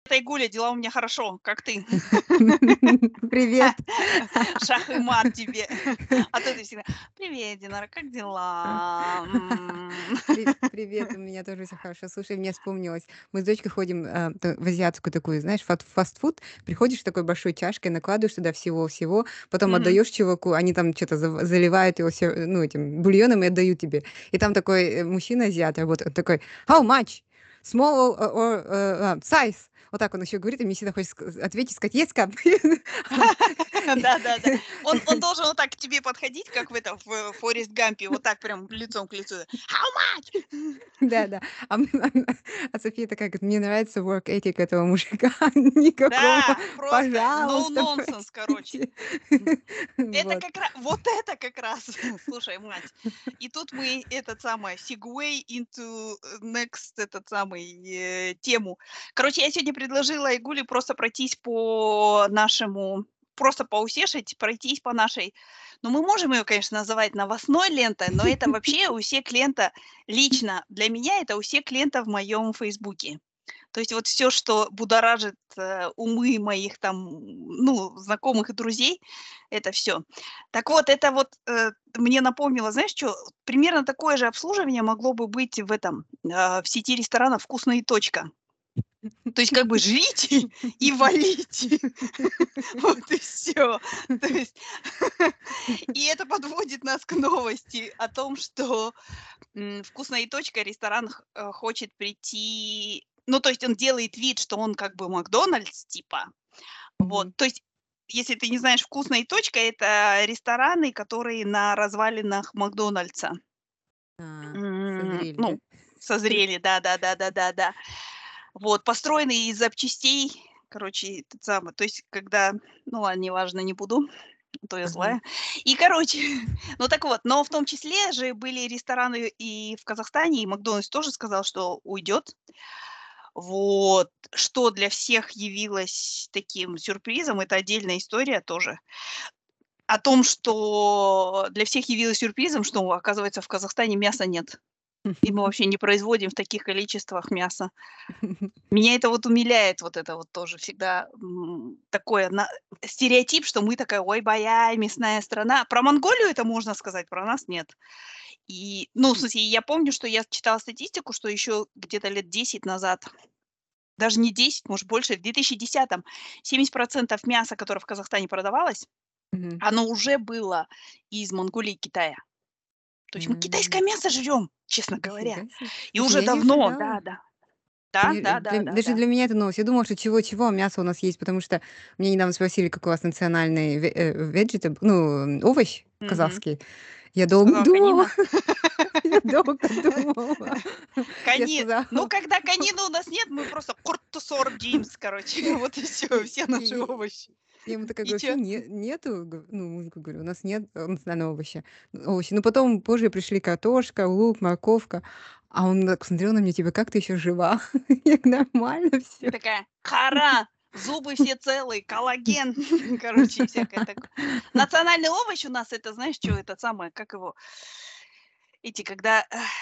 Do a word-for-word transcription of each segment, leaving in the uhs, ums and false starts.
Айгуля, дела у меня хорошо. Как ты? Привет. Шах и мат тебе. А то ты всегда: "Привет, Динара, как дела? М". При привет, у меня тоже всё хорошо. Слушай, мне вспомнилось, мы с дочкой ходим, э, т в азиатскую такую, знаешь, фат фастфуд. Приходишь с такой большой чашкой, накладываешь туда всего-всего, потом Мгм. отдаёшь чуваку, они там чё-то зав заливают его всё, ну, этим бульоном и отдают тебе. И там такой, э, мужчина азиат работает, он такой: "How much? Small or or, э, size?" Вот так он ещё говорит, и мне всегда хочется ска ответить, сказать: "Yes, cut". Да-да-да. Он он должен вот так к тебе подходить, как в этом, в "Форрест Гампе", вот так прям лицом к лицу: "How much?" Да-да. А м а София такая говорит: "Мне нравится work ethic этого мужика. Никакого Да, просто no пожалуйста, nonsense, короче. простите". Это Вот. как ра вот это как раз, слушай, мать. И тут мы, этот самый, segue into next, этот самый, э, тему. Короче, я сегодня предложила Айгуле просто пройтись по нашему просто поусешить, пройтись по нашей, ну, мы можем её, конечно, называть новостной лентой, но это вообще усек лента лично для меня, это усек лента в моём "Фейсбуке". То есть вот всё, что будоражит, э, умы моих там, ну, знакомых и друзей, это всё. Так вот, это вот, э, мне напомнило, знаешь чё? Примерно такое же обслуживание могло бы быть в этом, а, в сети ресторанов "Вкусно и точка". То есть как бы жрите и валите. Вот и всё. То есть и это подводит нас к новости о том, что, м, "Вкусно и точка", ресторан х э, хочет прийти, ну, то есть он делает вид, что он как бы "Макдональдс" типа. Вот, Мгм. то есть, если ты не знаешь, "Вкусно и точка"- это рестораны, которые на развалинах "Макдональдса". А, М, созрели, да? ну, созрели, да-да-да-да-да-да. Вот, построенные из запчастей, короче, этот самый, то есть когда, ну ладно, неважно, не буду, а то я Ага. злая. И, короче, ну так вот, но в том числе же были рестораны и в Казахстане, и "Макдональдс" тоже сказал, что уйдет. Вот, что для всех явилось таким сюрпризом- это отдельная история тоже. О том, что для всех явилось сюрпризом, что, оказывается, в Казахстане мяса нет. И мы вообще не производим в таких количествах мяса. Меня это вот умиляет, вот это вот тоже всегда, м, такое на стереотип, что мы такая: "Ой, боя мясная страна". Про Монголию это можно сказать, про нас нет. И, ну, в смысле, я помню, что я читала статистику, что ещё где-то лет десять назад, даже не десять, может, больше, в две тысячи десятом семьдесят процентов мяса, которое в Казахстане продавалось, Мгм. оно уже было из Монголии и Китая. То есть мы М. китайское мясо жрём, честно говоря. Нифига се. И Слушай, уже я не давно, ожидала. да-да. Да, Не для даже да-да-да-да. для меня это новость. Я думала, что чего-чего, а мясо у нас есть, потому что меня недавно спросили, какой у вас национальный ве э, vegetable, ну, овощ Мгм. казахский. Я Ты долго сказала: думала. "Конина"? Я долго думала. Я Кони ну, сказала когда конины у нас нет, мы просто "курт-тусор джимс", короче, вот и всё, И все и наши и овощи. я ему такая И говорю: "Вообще чё? не нету". Г ну, мужику говорю: "У нас нет, э, национального овоща овощи". Но потом позже пришли картошка, лук, морковка, а он так смотрел на меня, типа: "Как ты ещё жива?" Я: "Нормально Ты всё". такая: "Хара, зубы все целы, коллаген", короче, и всякое такое. Национальный овощ у нас- это, знаешь, чё, этот самый, как его эти, когда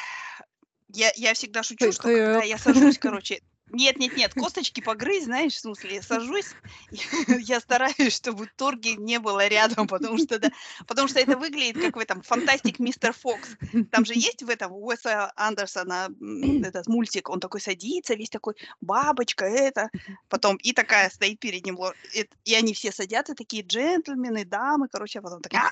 я я всегда шучу, Хэ что когда хайырок. я сажусь, короче нет нет нет, косточки погрызть, знаешь, в смысле, сажусь, я стараюсь, чтобы торги не было рядом, потому что, да, потому что это выглядит, как в этом "Фантастик Мистер Фокс". Там же есть в этом у Уэса Андерсона, м, этот мультик, он такой садится, весь такой: бабочка, это, потом и такая стоит перед ним ло эт и они все садятся, такие джентльмены, дамы, короче, а потом такая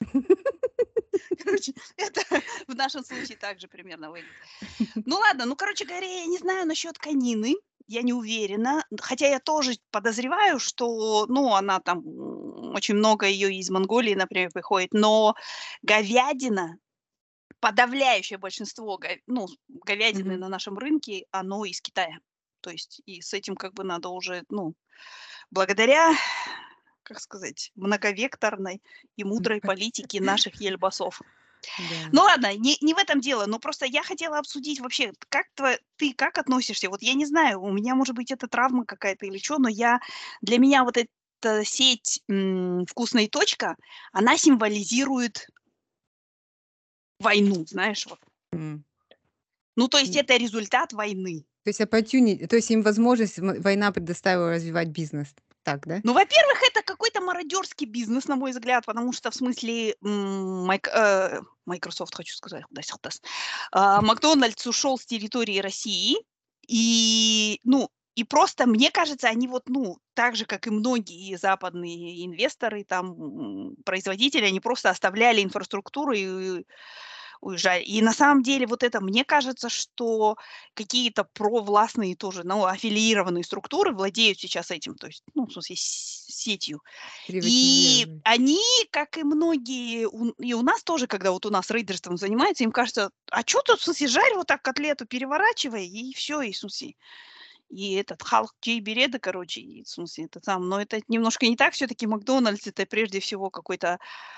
Короче, это в нашем случае так же примерно выглядит. Ну ладно, ну, короче говоря, я не знаю насчёт конины, я не уверена, н хотя я тоже подозреваю, что, ну, она там, м, очень много её из Монголии, например, приходит, но говядина, подавляющее большинство говя ну, говядины Мгм. на нашем рынке, оно из Китая. То есть и с этим как бы надо уже, ну, благодаря, как сказать, многовекторной и мудрой политике наших ельбасов. Да. Ну ладно, не не в этом дело, но просто я хотела обсудить вообще, как тво ты как относишься? Вот я не знаю, у меня, может быть, это травма какая-то или чё, но я для меня вот эта сеть, м, "Вкусно и точка", она символизирует войну, знаешь, вот. М. Ну, то есть М. это результат войны. То есть opportunity, то есть им возможность м война предоставила развивать бизнес. Так, да? Ну, во-первых, это какой-то мародерский бизнес, на мой взгляд, потому что в смысле, м, майк э, Microsoft, хочу сказать, куда сялтас. А, "Макдональдс" ушел с территории России, и, ну, и просто, мне кажется, они вот, ну, так же, как и многие западные инвесторы, там, м, производители, они просто оставляли инфраструктуру и уезжали. И на самом деле вот это, мне кажется, что какие-то провластные тоже, ну, аффилированные структуры владеют сейчас этим, то есть, ну, в смысле, с сетью. И Приватизировали. они, как и многие, у и у нас тоже, когда вот у нас рейдерством занимаются, им кажется: "А чё тут, в смысле, жарь вот так котлету, переворачивай, и всё, и в смысле". И этот Халк J. Береда, короче, и в смысле этот сам, но это немножко не так. Всё-таки "Макдональдс" — это прежде всего какой-то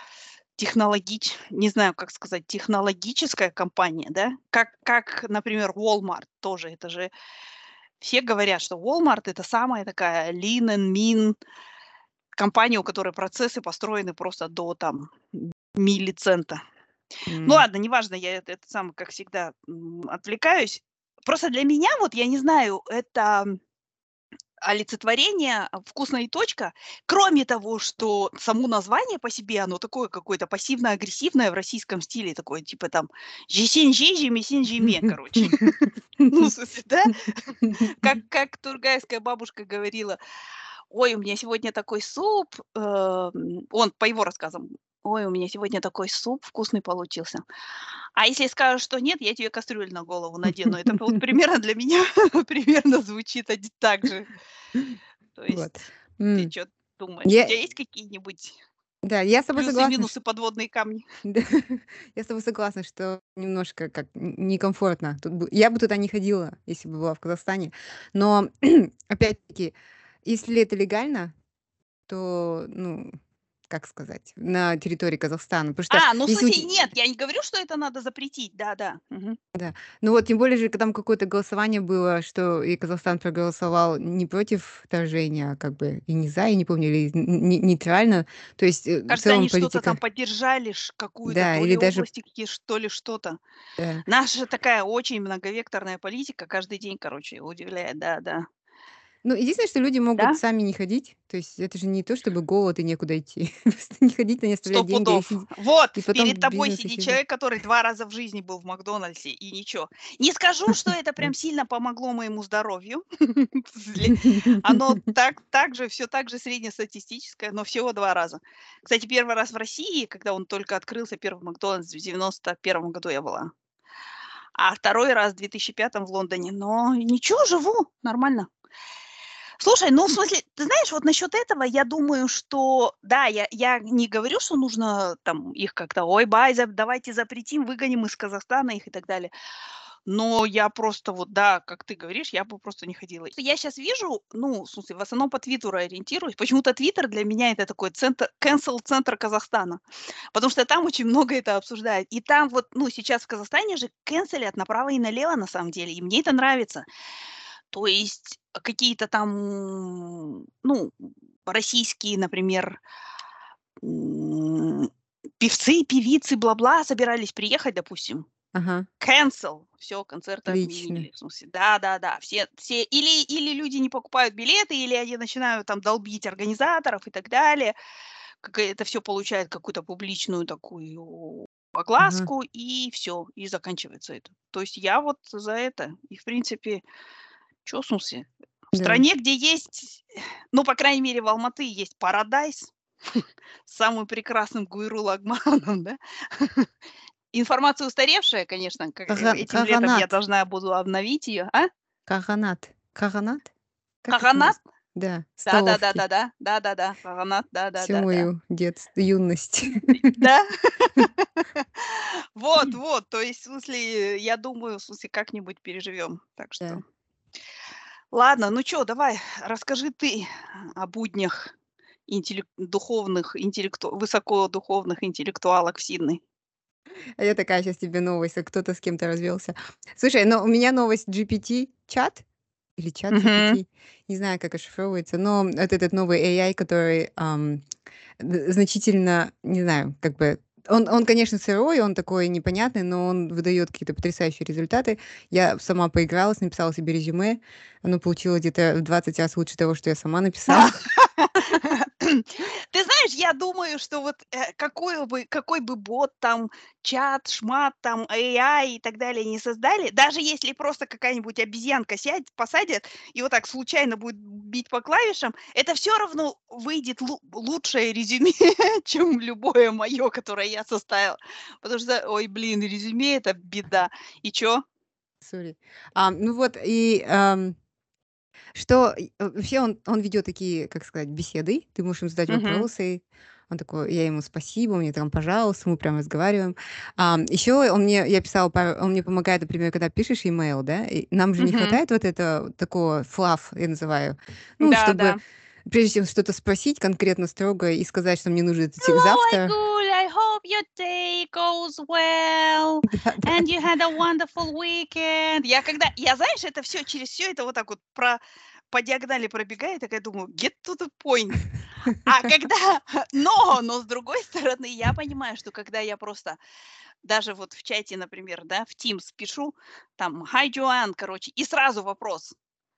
технологич не знаю, как сказать, технологическая компания, да? Как как, например, Walmart тоже. Это же все говорят, что Walmart — это самая такая lean and mean компания, у которой процессы построены просто до там м миллицента. Ну М. ладно, неважно, я это этот самый, как всегда, м, отвлекаюсь. Просто для меня, вот я не знаю, это олицетворение, а, "Вкусная точка". Кроме того, что само название по себе, оно такое какое-то пассивно-агрессивное в российском стиле, такое типа там "жесень-жижи, месень-жиме", короче. Ну, в смысле, да? Как как тургайская бабушка говорила: "Ой, у меня сегодня такой суп", э, м, он по его рассказам: "Ой, у меня сегодня такой суп вкусный получился. А если скажешь, что нет, я тебе кастрюлю на голову надену". Это вот примерно для меня примерно звучит оди так же. То Вот. есть ты М. чё думаешь? У Я тя есть какие-нибудь Да, я с тобой плюсы и согласна, ш минусы, подводные камни? Да, я с тобой согласна, что немножко как н некомфортно. Тут бы я бы туда не ходила, если бы была в Казахстане. Но опять-таки, если это легально, то, ну, как сказать, на территории Казахстана. Потому что А, ну, в если у смысле, те нет, я не говорю, что это надо запретить. Да-да. Мгм. Да. Ну вот тем более же, к там какое-то голосование было, что и Казахстан проголосовал не против вторжения, а как бы и не за, я не помню, или н не нейтрально. То есть, э, в Кажется, целом они что-то там политика поддержали, ш какую-то Да, то или ли даже области какие, что ли, что-то. Да. Наша такая очень многовекторная политика каждый день, короче, удивляет. Да-да. Ну, единственное, что люди могут Да? сами не ходить. То есть это же не то чтобы голод и некуда идти. Просто не ходить, не Сто оставлять деньги, и пудов. сиди Вот, и потом перед тобой бизнес сидит исчезает. человек, который два раза в жизни был в "Макдональдсе", и ничего. Не скажу, что это прям сильно помогло моему здоровью. Зле оно так так же, всё так же среднестатистическое, но всего два раза. Кстати, первый раз в России, когда он только открылся, первый "Макдональдс", в девяносто первом году я была. А второй раз в две тысячи пятом в Лондоне. Но ничего, живу нормально. Слушай, ну, в смысле, ты знаешь, вот насчет этого я думаю, что да, я я не говорю, что нужно там их как-то: "Ой, бай, за давайте запретим, выгоним из Казахстана их", и так далее. Но я просто вот, да, как ты говоришь, я бы просто не ходила. Я щас вижу, ну, в смысле, в основном по "Твиттеру" ориентируюсь. Почему-то "Твиттер" для меня- это такой центр cancel-центр Казахстана, потому что там очень много это обсуждают. И там вот, ну, сейчас в Казахстане же кэнселят направо и налево на самом деле, и мне это нравится. То есть какие-то там, ну, российские, например, м, певцы, певицы, бла-бла, собирались приехать, допустим. Ага. Cancel. Всё, концерты Отлично. отменили. В смысле, да-да-да, все все или или люди не покупают билеты, или они начинают там долбить организаторов и так далее. Как это всё получает какую-то публичную такую Ага. огласку, и всё, и заканчивается это. То есть я вот за это. И, в принципе, чё, в смысле? В Да. стране, где есть, ну, по крайней мере, в Алматы есть "Парадайс" с самым прекрасным Гуйру Лагманом, да? Информация устаревшая, конечно, как э Кага этим летом я Каганат. должна буду обновить её. А? Каганат. Каганат? Как это Каганат? назы Да, столовки. Да-да-да-да-да. Да-да-да. Каганат. Всю Да-да-да-да. мою детс юность. И да? Вот вот. То есть, в смысле, я думаю, в смысле, как-нибудь переживем. Так что Да. Ладно, ну чё, давай, расскажи ты о буднях интеллек духовных, интеллекту высокодуховных интеллектуалок в Сидней. А я такая: "Щас тебе новость, а кто-то с кем-то развелся". Слушай, ну, у меня новость: GPT-чат или Мгм. чат-джи-пи-ти, не знаю, как расшифровывается, но вот этот новый A I, который, ам, д значительно, не знаю, как бы Он, он, конечно, сырой, он такой непонятный, но он выдает какие-то потрясающие результаты. Я сама поигралась, написала себе резюме. Оно получило где-то в двадцать раз лучше того, что я сама написала. Ты знаешь, я думаю, что вот э, какой бы, какой бы бот там, чат, шмат, там, эй ай и так далее не создали, даже если просто какая-нибудь обезьянка сядет, посадят и вот так случайно будет бить по клавишам, это все равно выйдет лу- лучшее резюме, чем любое мое, которое я составила. Потому что, ой, блин, резюме это беда. И чё? Сори. А, ну вот, и ам, что и, э, вообще он, он ведет такие, как сказать, беседы. Ты можешь ему задать Мгм. вопросы. Он такой, я ему спасибо, мне там, пожалуйста, мы прям разговариваем. Еще он мне, я писала, пару- он мне помогает, например, когда пишешь имейл, да, и нам же не Мгм. хватает вот этого такого флаф, я называю, ну, Да, чтобы да. прежде чем что-то спросить конкретно строго и сказать, что мне нужно это те- Hello, завтра. Aigul. I hope your day goes well Да, да, and you да. had a wonderful weekend. Я когда, я знаешь, это все через все это вот так вот про по диагонали пробегаю, такая думаю, get to the point. А когда, но, но с другой стороны, я понимаю, что когда я просто даже вот в чате, например, да, в Teams пишу, там, hi, Joanne, короче, и сразу вопрос.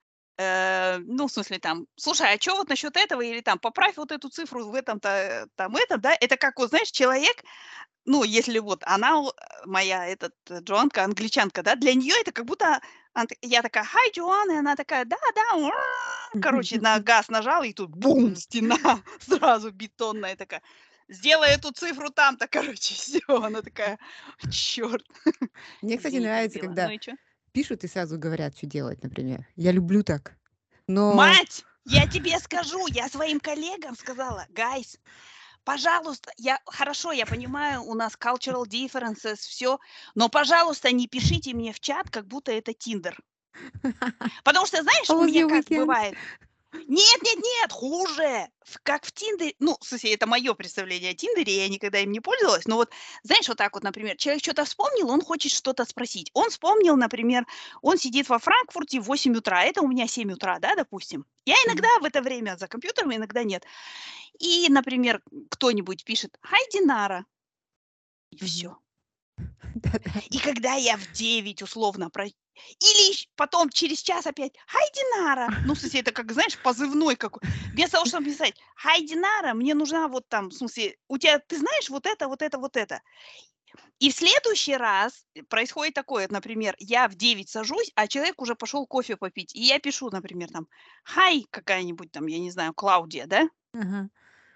Э, ну, в смысле, там, слушай, а что вот насчет этого? Или там, поправь вот эту цифру в этом-то, э, там, это, да? Это как, вот, знаешь, человек, ну, если вот она, у- э, моя, этот, э, Джоанка, англичанка, да, для нее это как будто она т- я такая, hi, Джоан, и она такая, да, да, уа». Короче, на газ нажала, и тут бум, Мгм. стена сразу бетонная такая. Сделай эту цифру там-то, короче, все. Она такая, черт, Мне, кстати, извини, нравится, перебила. Ну когда и что? пишут и сразу говорят, что делать, например. Я люблю так. Но Мать, я тебе скажу, я своим коллегам сказала, guys, пожалуйста, я хорошо, я понимаю, у нас cultural differences, все, но, пожалуйста, не пишите мне в чат, как будто это Тиндер. Потому что, знаешь, How у was меня your как weekend? бывает, нет, нет, нет, хуже. В как в "Тиндере", ну, в смысле, это мое представление о "Тиндере", я никогда им не пользовалась. Но вот, знаешь, вот так вот, например, человек что то вспомнил, он хочет что-то спросить. Он вспомнил, например, он сидит во Франкфурте в восемь утра, это у меня семь утра, да, допустим. Я иногда Мгм. в это время за компьютером, иногда нет. И, например, кто-нибудь пишет: "Хай, Динара", и Мгм. все. Да-да-да. И когда я в девять условно про или ещ потом через час опять: "Хай, Динара". Ну, в смысле, это как, знаешь, позывной какой. Без того, чтобы писать: "Хай, Динара, мне нужна вот там", в смысле, "У тебя, ты знаешь, вот это, вот это, вот это". И в следующий раз э, происходит такое, например, я в девять сажусь, а человек уже пошел кофе попить. И я пишу, например, там: "Хай", какая-нибудь там, я не знаю, Клаудия, да? Ага.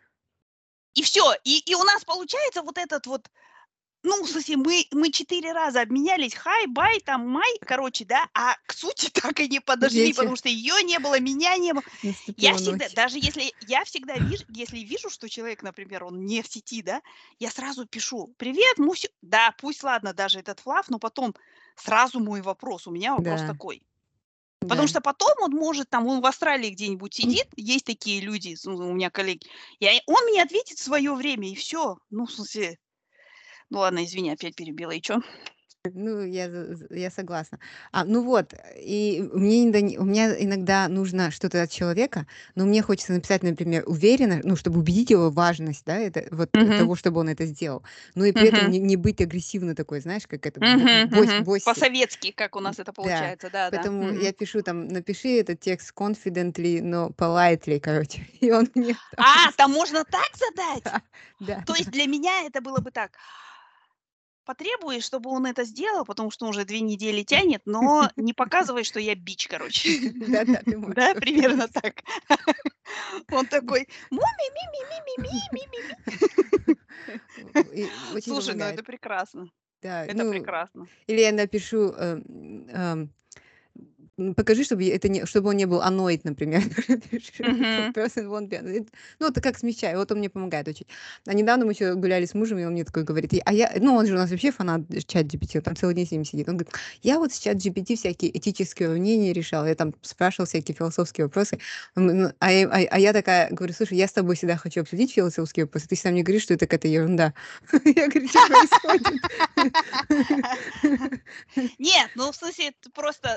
И все. И и у нас получается вот этот вот. Ну, в смысле, мы мы четыре раза обменялись хай, бай, там, май, короче, да, а к сути так и не подошли, Вечер. потому что ее не было, меня не было. Я Наступила всегда, ночь. даже если я всегда вижу, если вижу, что человек, например, он не в сети, да, я сразу пишу: "Привет, Мусю". Да, пусть, ладно, даже этот флаф, но потом сразу мой вопрос. У меня вопрос Да, такой. Потому да. что потом он может там, он в Австралии где-нибудь сидит, есть такие люди, с у меня коллеги, я он мне ответит в свое время, и все. Ну, в смысле, ну ладно, извини, опять перебила. И чё? Ну, я з з я согласна. А, ну вот, и мне иногда не у меня иногда нужно что-то от человека, но мне хочется написать, например, уверенно, ну, чтобы убедить его в важность, да, это вот э, Мгм. того, чтобы он это сделал. Но и при этом Мгм. не не быть агрессивно такой, знаешь, как это бо Мгм. бось Мгм. босси. По-советски, как у нас это Да, получается. Да-да. поэтому Мгм. я пишу там: "Напиши этот текст confidently, но politely", короче. И он мне там А, там можно так задать? да, да, То есть да. для меня это было бы так: потребуй, чтобы он это сделал, потому что он уже две недели тянет, но не показывай, что я бич, короче. Да-да, ты можешь Да, тоже так примерно написать. так. Он такой: "Муми ми ми ми ми ми ми ми ми". И очень Слушай, ну помогает. это прекрасно. Да, Это ну, прекрасно. или я напишу, эм, ам, м, покажи, чтобы я это не чтобы он не был annoyed, например. Напиши Мгм. person won't be annoyed. Ну, это как смягчаю. Вот он мне помогает очень. А недавно мы еще гуляли с мужем, и он мне такой говорит, и- а я, ну, он же у нас вообще фанат чат джи пи ти, он там целый день с ним сидит. Он говорит, я вот с чат джи пи ти всякие этические уравнения решал, я там спрашивал всякие философские вопросы. М, ну, А я, а- а я такая говорю, слушай, я с тобой всегда хочу обсудить философские вопросы, ты всегда мне говоришь, что это какая-то ерунда. Я говорю, что происходит? Нет, ну, в смысле, это просто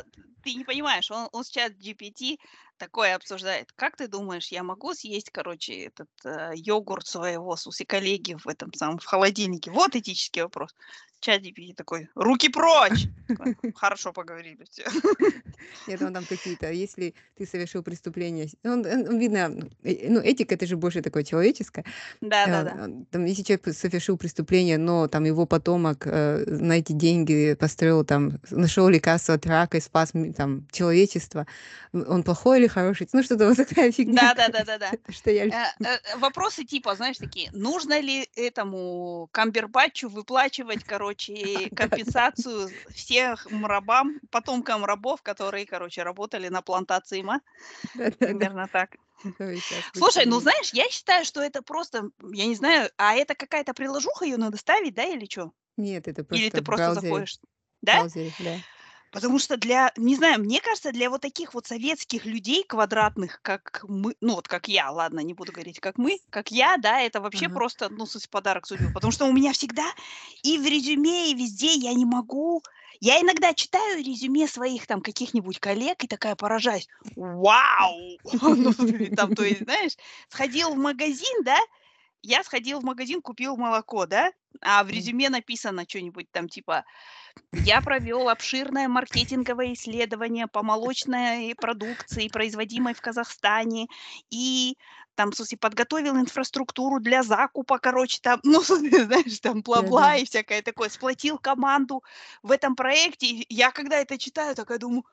ты не понимаешь, он, он с чат джи пи ти такое обсуждает. Как ты думаешь, я могу съесть, короче, этот э, йогурт своего суси коллеги в этом самом в холодильнике? Вот этический вопрос. Чат джи пи ти такой, руки прочь! Такой, хорошо, поговорили, все. Нет, он там какие-то, если ты совершил преступление, с- он, он- он, видно, м, э, ну, этика это же больше такое человеческое. Да, Э, да, да. он- Там, если человек совершил преступление, но там его потомок э, на эти деньги построил, там, нашел лекарство от рака и спас ми- там человечество, м, он плохой или хороший? Ну, что-то вот такая фигня, Да, да, да, короче, да, да. что я... Э, э, Вопросы типа, знаешь, такие, нужно ли этому Камбербатчу выплачивать, короче, Да, да, компенсацию всем рабам, потомкам рабов, которые, короче, работали на плантации ма? да, да, да. Примерно так. Ой, сейчас Слушай, ну представляю. знаешь, я считаю, что это просто, м, я не знаю, а это какая-то приложуха, ее надо ставить, да, или что? Нет, это Или просто ты в просто браузере, заходишь? в Да? браузере, да. Потому что для, не знаю, мне кажется, для вот таких вот советских людей квадратных, как мы, ну вот как я, ладно, не буду говорить как мы, как я, да, это вообще Ага. просто, ну, в смысле, подарок судьбы. Потому что у меня всегда и в резюме, и везде я не могу. Я иногда читаю резюме своих там каких-нибудь коллег и такая поражаюсь. Вау! Ну, там, то есть, знаешь, сходил в магазин, да, я сходил в магазин, купил молоко, да, а в М, резюме написано что-нибудь там типа я провел обширное маркетинговое исследование по молочной продукции, производимой в Казахстане, и там, в смысле, подготовил инфраструктуру для закупа, короче, там, ну, знаешь, там, Да-да. бла-бла и всякое такое, сплотил команду в этом проекте. И я, когда это читаю, такая думаю,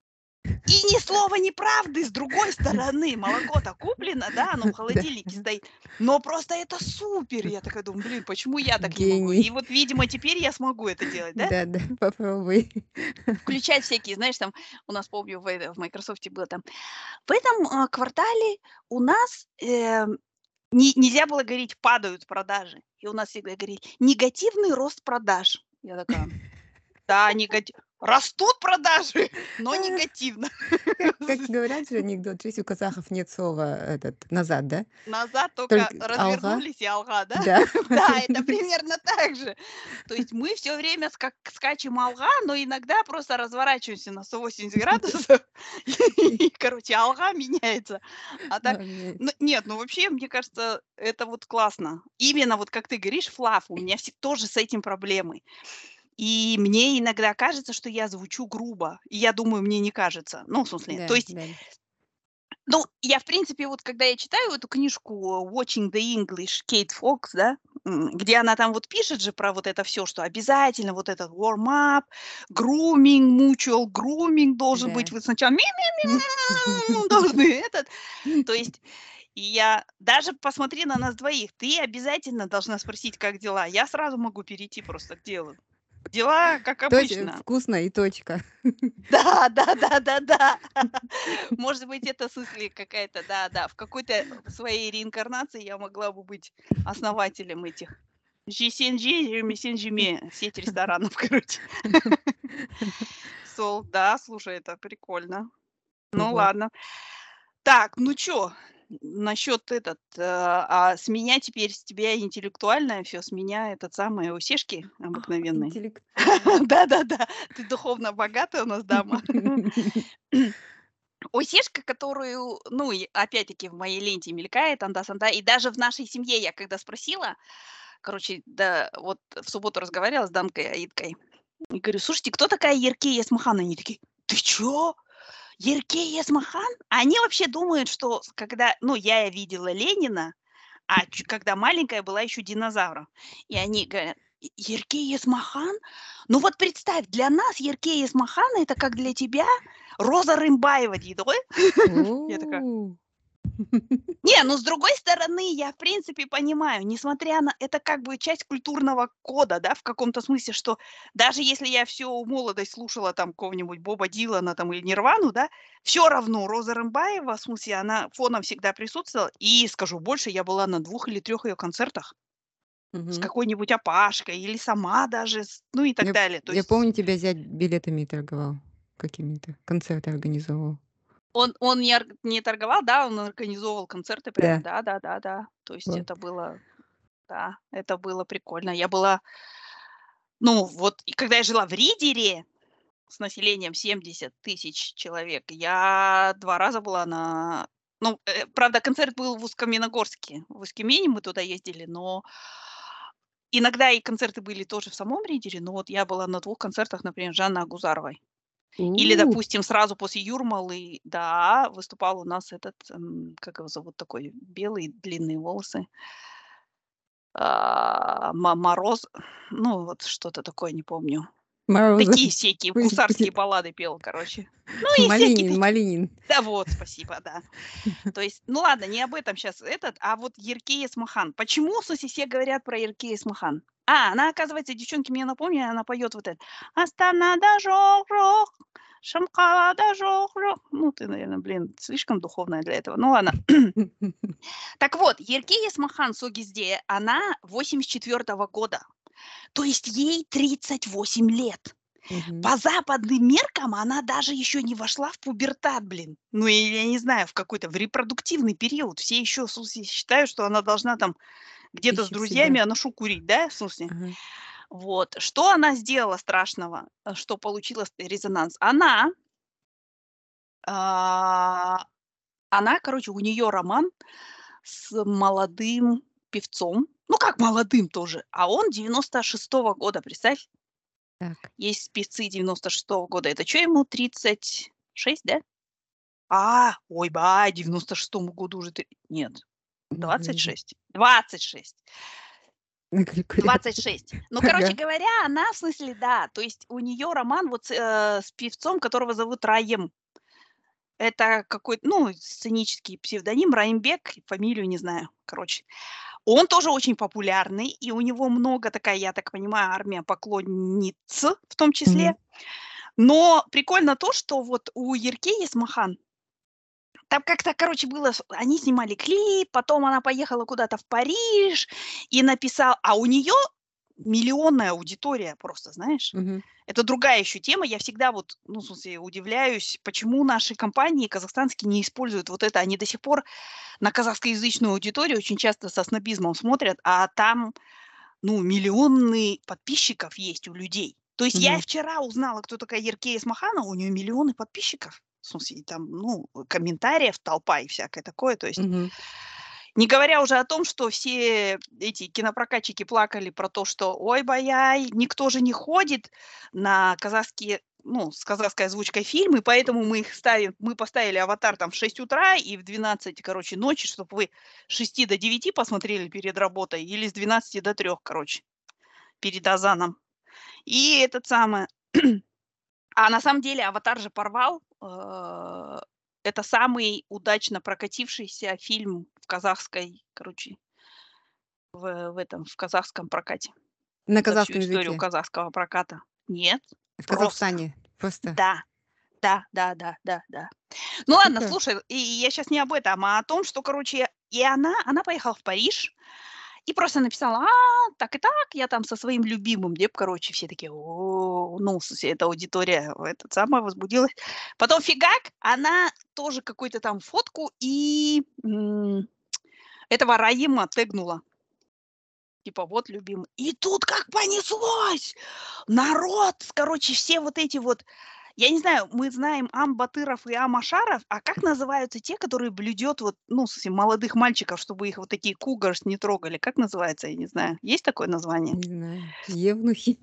и ни слова неправды с другой стороны. Молоко-то куплено, да, оно в Да. холодильнике стоит, но просто это супер. Я такая думаю, блин, почему я так не могу? И Гений. вот, видимо, теперь я смогу это делать, да? Да-да, попробуй. Включать всякие, знаешь, там у нас, помню, в, это- в Microsoft было там, в этом а, квартале у нас эм, не- нельзя было говорить падают продажи. И у нас всегда говорили негативный рост продаж. Я такая, да, негатив. Растут продажи, но негативно. Как как говорят же анекдот, если у казахов нет слова этот назад, да? Назад только Только алга. развернулись и алга, да? Да. Да, это примерно так же. То есть мы все время ска скачем алга, но иногда просто разворачиваемся на сто восемьдесят градусов, и, короче, алга меняется. А так, Ладно. ну нет, ну вообще, мне кажется, это вот классно. Именно вот как ты говоришь, флаф, у меня все тоже с этим проблемы. И мне иногда кажется, что я звучу грубо. И я думаю, мне не кажется. Ну, в смысле, то Да, есть да. ну, я, в принципе, вот когда я читаю эту книжку "Watching the English" Кейт Фокс, да, м, где она там вот пишет же про вот это все, что обязательно вот этот warm up, grooming, mutual grooming должен быть. Да. Вы сначала ми-ми-ми, должны этот. То есть и я даже посмотри на нас двоих, ты обязательно должна спросить, как дела. Я сразу могу перейти просто к делу. Дела как Точ обычно. вкусно и точка. Да, да-да-да-да. Может быть, это, в смысле, какая-то, да-да, в какой-то своей реинкарнации я могла бы быть основателем этих Жи Сенджи, Жими Сенджими, сеть ресторанов, короче. Сол, да, слушай, это прикольно. Ну Вот. ладно. Так, ну чё, насчет этот, э, а с меня теперь, с тебя интеллектуальное все, с меня этот самый усешки Ах, обыкновенные. интеллектуально. Да-да-да, ты духовно богатая у нас дама. Усешка, которую, ну, и опять-таки в моей ленте мелькает анда-санда, и даже в нашей семье я когда спросила, короче, да, вот в субботу разговаривала с Данкой Аидкой, и говорю: "Слушайте, кто такая Ерке Есмахан?" Они такие: "Ты чё? Ерке Есмахан?" Они вообще думают, что с когда, ну, я видела Ленина, а ч когда маленькая была еще динозавром. И они говорят: "Е Ерке Есмахан? Ну вот представь, для нас Ерке Есмахан- это как для тебя Роза Рымбаева, дидо". Я такая: О. не, ну, с другой стороны, я, в принципе, понимаю, несмотря на это как бы часть культурного кода, да, в каком-то смысле, что даже если я всю молодость слушала там какого-нибудь Боба Дилана там или Нирвану, да, все равно Роза Рымбаева, в смысле, она фоном всегда присутствовала. И скажу больше, я была на двух или трех ее концертах с Мгм. какой-нибудь Апашкой или сама даже, с ну и так Я далее. То я есть помню, тебя зять билетами торговал какими-то, концерты организовывал. он он не орг не торговал, да, он организовывал концерты прям, Да, да-да-да-да. То есть вот. это было, да, это было прикольно. Я была Ну, вот и когда я жила в Ридере, с населением семьдесят тысяч человек. Я два раза была на ну, э, правда, концерт был в Усть-Каменогорске. В Усть-Камень мы туда ездили, но иногда и концерты были тоже в самом Ридере, но вот я была на двух концертах, например, Жанны Агузаровой. Или, У. допустим, сразу после Юрмалы, да, выступал у нас этот, м, как его зовут, такой белый, длинные волосы. А, Мо Мороз, ну, вот что-то такое, не помню. Морозов. Такие всякие Пусть гусарские будет. баллады пел, короче. Ну и всякие Малинин, такие. Малинин. Да вот, спасибо, да. То есть, ну ладно, не об этом сейчас этот, а вот Ерке Есмахан. Почему, в смысле, все говорят про Ерке Есмахан? А, она, оказывается, девчонки мне напомнили, она поет вот это. Астана да жох-жох, Шамкала да жох-жох. Ну, ты, наверное, блин, слишком духовная для этого. Ну ладно. Так вот, Ерке Есмахан Согизде, она восемьдесят четвёртого года. То есть ей тридцать восемь лет. Мгм. По западным меркам она даже еще не вошла в пубертат, блин. Ну, и я не знаю, в какой-то, в репродуктивный период. Все еще, в смысле, считают, что она должна там где-то с Прийти в друзьями себя. аношу курить, да, в смысле? Ага. Вот. Что она сделала страшного, э, что получила с- резонанс? Она, а, она, короче, у нее роман с молодым певцом. Ну, как молодым тоже, а он девяносто шестого года, представь. Так. Есть певцы девяносто шестого года. Это что ему, тридцать шесть, да? А, ой, ба, девяносто шестому году уже ты нет, двадцать Мгм. шесть. двадцать шесть. На калькуляторе. двадцать шесть. Ну, короче Ага. говоря, она, в смысле, да, то есть у нее роман вот с, э, с певцом, которого зовут Раем. Это какой-то, ну, сценический псевдоним, Раимбек, фамилию не знаю, короче. Он тоже очень популярный, и у него много такая, я так понимаю, армия поклонниц в том числе. Мгм. Но прикольно то, что вот у Ерке Есмахан там как-то, короче, было, с они снимали клип, потом она поехала куда-то в Париж и написала, а у нее миллионная аудитория просто, знаешь. Мгм. Это другая еще тема. Я всегда вот, ну, в смысле, удивляюсь, почему наши компании казахстанские не используют вот это. Они до сих пор на казахскоязычную аудиторию очень часто со снобизмом смотрят, а там, ну, миллионы подписчиков есть у людей. То есть я Мгм. вчера узнала, кто такая Ерке Есмаханова, у нее миллионы подписчиков. В смысле, там, ну, комментариев толпа и всякое такое. То есть Мгм. не говоря уже о том, что все эти кинопрокатчики плакали про то, что ой, бая, никто же не ходит на казахские, ну, с казахской озвучкой фильмы, поэтому мы их ставим, мы поставили «Аватар» там в шесть утра и в двенадцать, короче, ночи, чтобы вы с шести до девяти посмотрели перед работой или с двенадцати до трех, короче, перед азаном. И этот самый... А на самом деле «Аватар» же порвал. э, Это самый удачно прокатившийся фильм в казахской, короче, в в этом, в казахском прокате. На За всю казахском историю языке. казахского проката. Нет, В просто. Казахстане. Просто. Да, да, да, да, да, да. Ну ладно, Круто. слушай, и я сейчас не об этом, а о том, что, короче, и она она поехала в Париж и просто написала: "А, так и так, я там со своим любимым". Деп, короче, все такие: "О". Ну, в смысле, эта аудитория, этот самая возбудилась. Потом фигак, она тоже какую-то там фотку и, м, этого Раима тегнула. Типа: "Вот любимый". И тут как понеслось! Народ, короче, все вот эти вот, я не знаю, мы знаем Ам-Батыров и Ам-Ашаров, а как называются те, которые блюдет вот, ну, в смысле, молодых мальчиков, чтобы их вот такие cougars не трогали? Как называется, я не знаю. Есть такое название? Не знаю. Евнухи.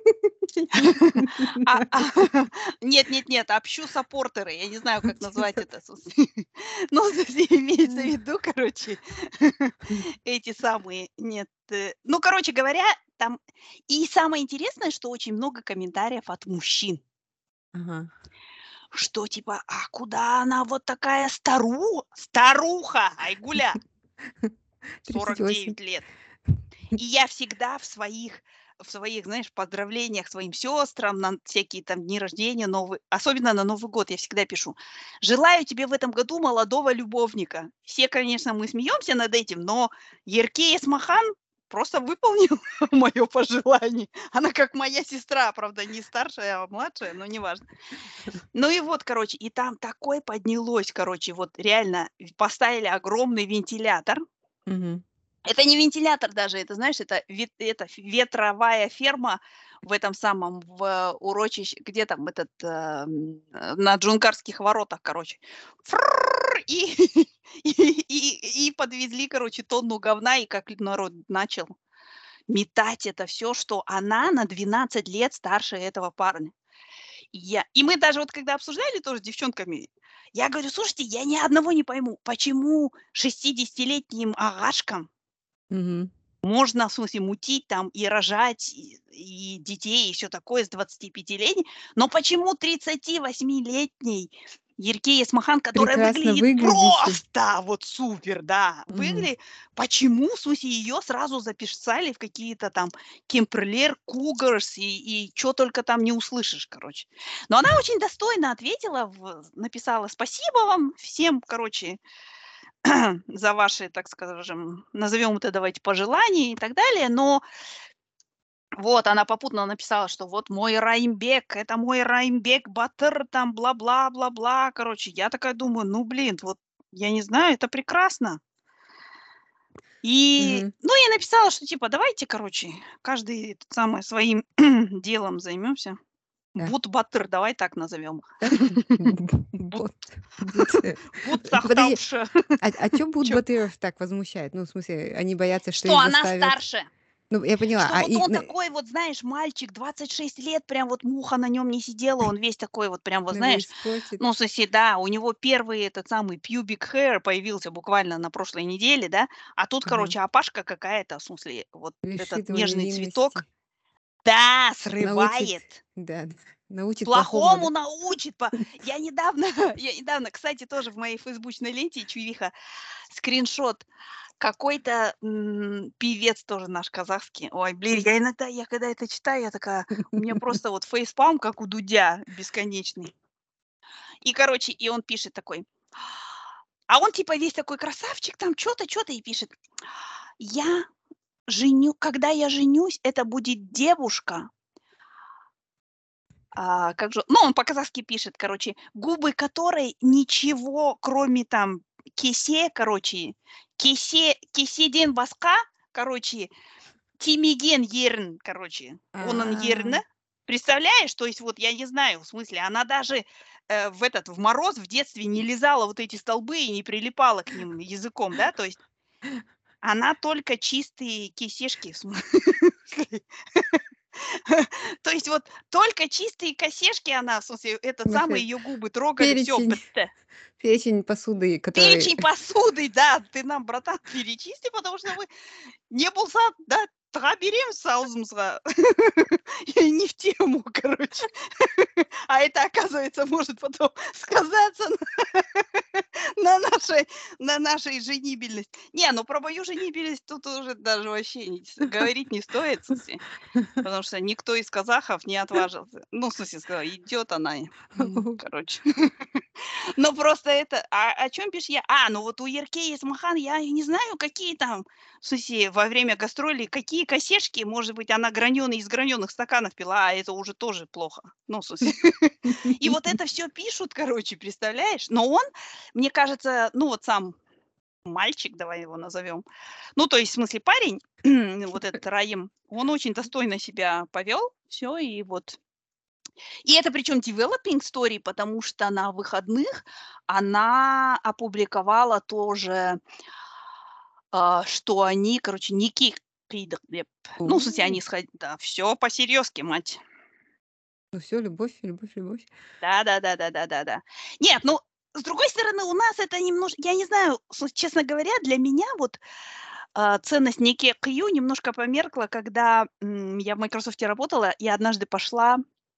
А, а, нет нет нет, общу-саппортеры. Я не знаю, как назвать это, в смысле. Ну, в смысле, имеется в виду, короче, эти самые, нет, э, ну, короче говоря, там и самое интересное, что очень много комментариев от мужчин. Ага. Что типа: "А куда она вот такая стару старуха, Айгуля, тридцать сорок восемь. девять лет". И я всегда в своих в своих, знаешь, поздравлениях своим сестрам на всякие там дни рождения, новые, особенно на Новый год, я всегда пишу: "Желаю тебе в этом году молодого любовника". Все, конечно, мы смеемся над этим, но Ерке Эсмахан просто выполнила мое пожелание. Она как моя сестра, правда, не старшая, а младшая, но неважно. Ну и вот, короче, и там такое поднялось, короче, вот реально, поставили огромный вентилятор. Мгм. Это не вентилятор даже, это, знаешь, это, вет, это ф- ветровая ферма в этом самом, в урочище, где там этот, э, м, э, на Джунгарских воротах, короче. Фрррр, И, и, и, и подвезли, короче, тонну говна, и как народ начал метать это все, что она на двенадцать лет старше этого парня. И я и мы даже вот когда обсуждали тоже с девчонками, я говорю: "Слушайте, я ни одного не пойму, почему шестидесятилетним агашкам Мгм. можно, в смысле, мутить там и рожать, и и детей, и все такое с двадцатипятилетней, но почему тридцативосьмилетний Ерке Есмахан, которая Прекрасно выглядит выглядящий. просто вот супер, да, Мгм. выглядит, почему, в смысле, ее сразу записали в какие-то там Кемперлер, Кугарс и и чё только там не услышишь, короче. Но она очень достойно ответила, в написала: "Спасибо вам всем, короче, за ваши, так скажем, назовем это, давайте, пожелания и так далее". Но вот она попутно написала, что вот мой Раймбек, это мой Раймбек Батыр, там бла-бла, бла-бла. Короче, я такая думаю, ну, блин, вот я не знаю, это прекрасно. И, Мгм. ну, я написала, что типа давайте, короче, каждый этот самый своим делом займемся. Да. Бут Батыр, давай так назовем. Да? Бут, Бот бут, э, Бут подожди, Сахтавша. а а чё Чё? Будбатыров так возмущает? Ну, в смысле, они боятся, что Что их она заставят. старше. Ну, я поняла, Что а вот их он на такой вот, знаешь, мальчик, двадцать шесть лет, прям вот муха на нем не сидела, он весь такой вот прям, вот на его знаешь, испортит? ну, в смысле, да, у него первый этот самый pubic hair появился буквально на прошлой неделе, да, а тут, Ага. короче, опашка какая-то, в смысле, вот этот Лишит его нежный цветок, невинности. да, Научит, срывает. да, да, научит плохому, да? Плохому научит. По... Я недавно, я недавно, кстати, тоже в моей фейсбучной ленте чувиха скриншот. Какой-то, м, певец тоже наш казахский. Ой, блин, я иногда, я когда это читаю, я такая, у меня просто вот фейспалм, как у Дудя, бесконечный. И, короче, и он пишет такой, а он типа весь такой красавчик, там что-то, что-то, и пишет: "Я женю когда я женюсь, это будет девушка". А, как же, ну, он по-казахски пишет, короче, губы которой ничего, кроме там кесе, короче, кесе кеседен басқа, короче, тимеген ерін, короче, оның А, ерні. Представляешь? То есть вот я не знаю, в смысле, она даже, э, в этот, в мороз в детстве не лизала вот эти столбы и не прилипала к ним языком, да, то есть она только чистые кисешки, в смысле. То есть вот только чистые кисешки она, в смысле, в этот самый, смысле, ее губы трогали, все, перечень перечень посуды, который перечень посуды, да, ты нам, братан, перечисли, потому что мы не болса, да, тыға береміз аузымызға. И не в тему, короче. А это, оказывается, может потом сказаться на на нашей на нашей женибельности. Не, ну про мою женибельность тут уже даже вообще не с говорить не стоит, в смысле, потому что никто из казахов не отважился. Ну, в смысле, сказал: "Идёт она". М, короче. Ну, просто это, а о чем пишешь я? А, ну вот у Ерке Есмахан, я и не знаю, какие там, в смысле, во время гастролей, какие косежки, может быть, она граненые из граненых стаканов пила, а это уже тоже плохо. Ну, в смысле. И вот это все пишут, короче, представляешь? Но он, мне кажется, ну вот сам мальчик, давай его назовем, ну, то есть, в смысле, парень, вот этот Раим, он очень достойно себя повел, все, и вот и это причем developing story, потому что на выходных она опубликовала тоже, а, что они, короче, некий қидық. Ну, в смысле, У, они сход да, всё по-серьезки, мать. ну всё, любовь, любовь, любовь. Да-да-да-да-да-да-да. Нет, ну, с другой стороны, у нас это немнож я не знаю, с честно говоря, для меня вот, а, ценность некие кью немножко померкла, когда, м, я в "Майкрософте" работала и однажды пошла,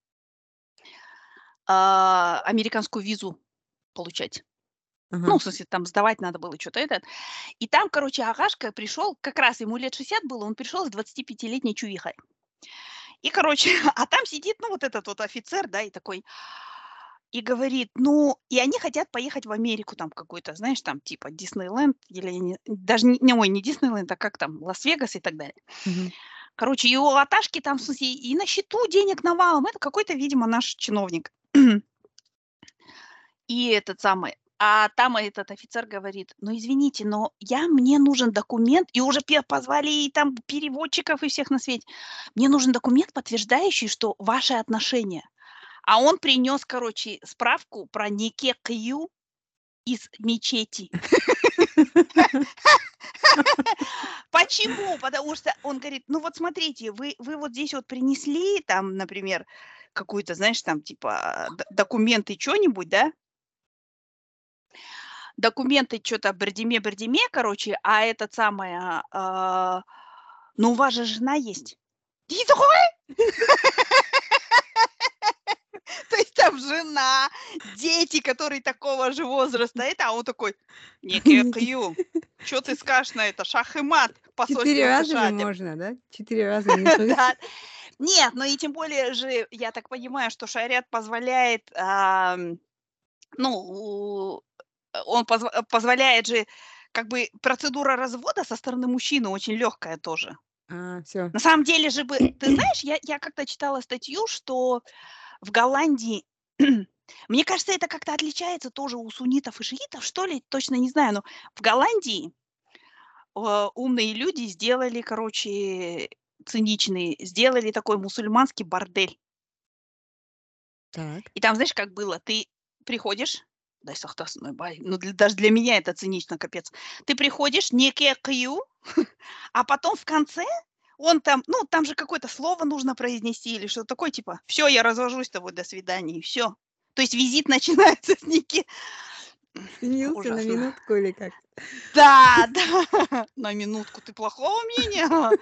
а, американскую визу получать. Ну, Ага. в смысле, там сдавать надо было что то этот. И там, короче, агашка пришел, как раз ему лет шестьдесят было, он пришел с двадцатипятилетней чувихой. И, короче, а там сидит, ну, вот этот вот офицер, да, и такой, и говорит, ну, и они хотят поехать в Америку там какой-то, знаешь, там типа Диснейленд или не даже не не, ой, не Диснейленд, а как там, Лас-Вегас и так далее. Мгм. Короче, и у Аташки там, в смысле, и на счету денег навалом. Это какой-то, видимо, наш чиновник. И этот самый. А там этот офицер говорит: "Ну, извините, но я мне нужен документ". И уже пе позвали и там переводчиков, и всех на свете. "Мне нужен документ, подтверждающий, что ваши отношения". А он принес, короче, справку про нике кыю из мечети. Почему? Потому что он говорит: "Ну вот смотрите, вы вы вот здесь вот принесли там, например, какую-то, знаешь, там типа д документы чё-нибудь, да?" Документы чё-то бредеме-бредеме, короче, а этот самый, а, а, "Ну, у вас же жена есть". И такой То есть там жена, дети, которые такого же возраста, это, а он такой: "Нике Ники кыю". Чё ты скажешь на это? Шах и мат в четыре посольстве раза же США тем. можно, да? четыре раза нихуя. Да. Нет, ну и тем более же, я так понимаю, что шариат позволяет, ам, ну, у э, он позва э, позволяет же, как бы процедура развода со стороны мужчины очень легкая тоже. А, всё. На самом деле же бы ты знаешь, я я как-то читала статью, что в Голландии, мне кажется, это как-то отличается тоже у суннитов и шиитов, что ли, точно не знаю, но в Голландии э, умные люди сделали, короче, циничные, сделали такой мусульманский бордель. Так. И там, знаешь, как было? Ты приходишь, дай сахтас бай, ну, дл даже для меня это цинично, капец. Ты приходишь, нике кыю, а потом в конце он там, ну, там же какое-то слово нужно произнести или что-то такое, типа: "Всё, я развожусь с тобой, до свидания", и всё. То есть визит начинается с ники Женился на Ужасно. минутку или как? Да, да, на минутку. Ты плохого мнения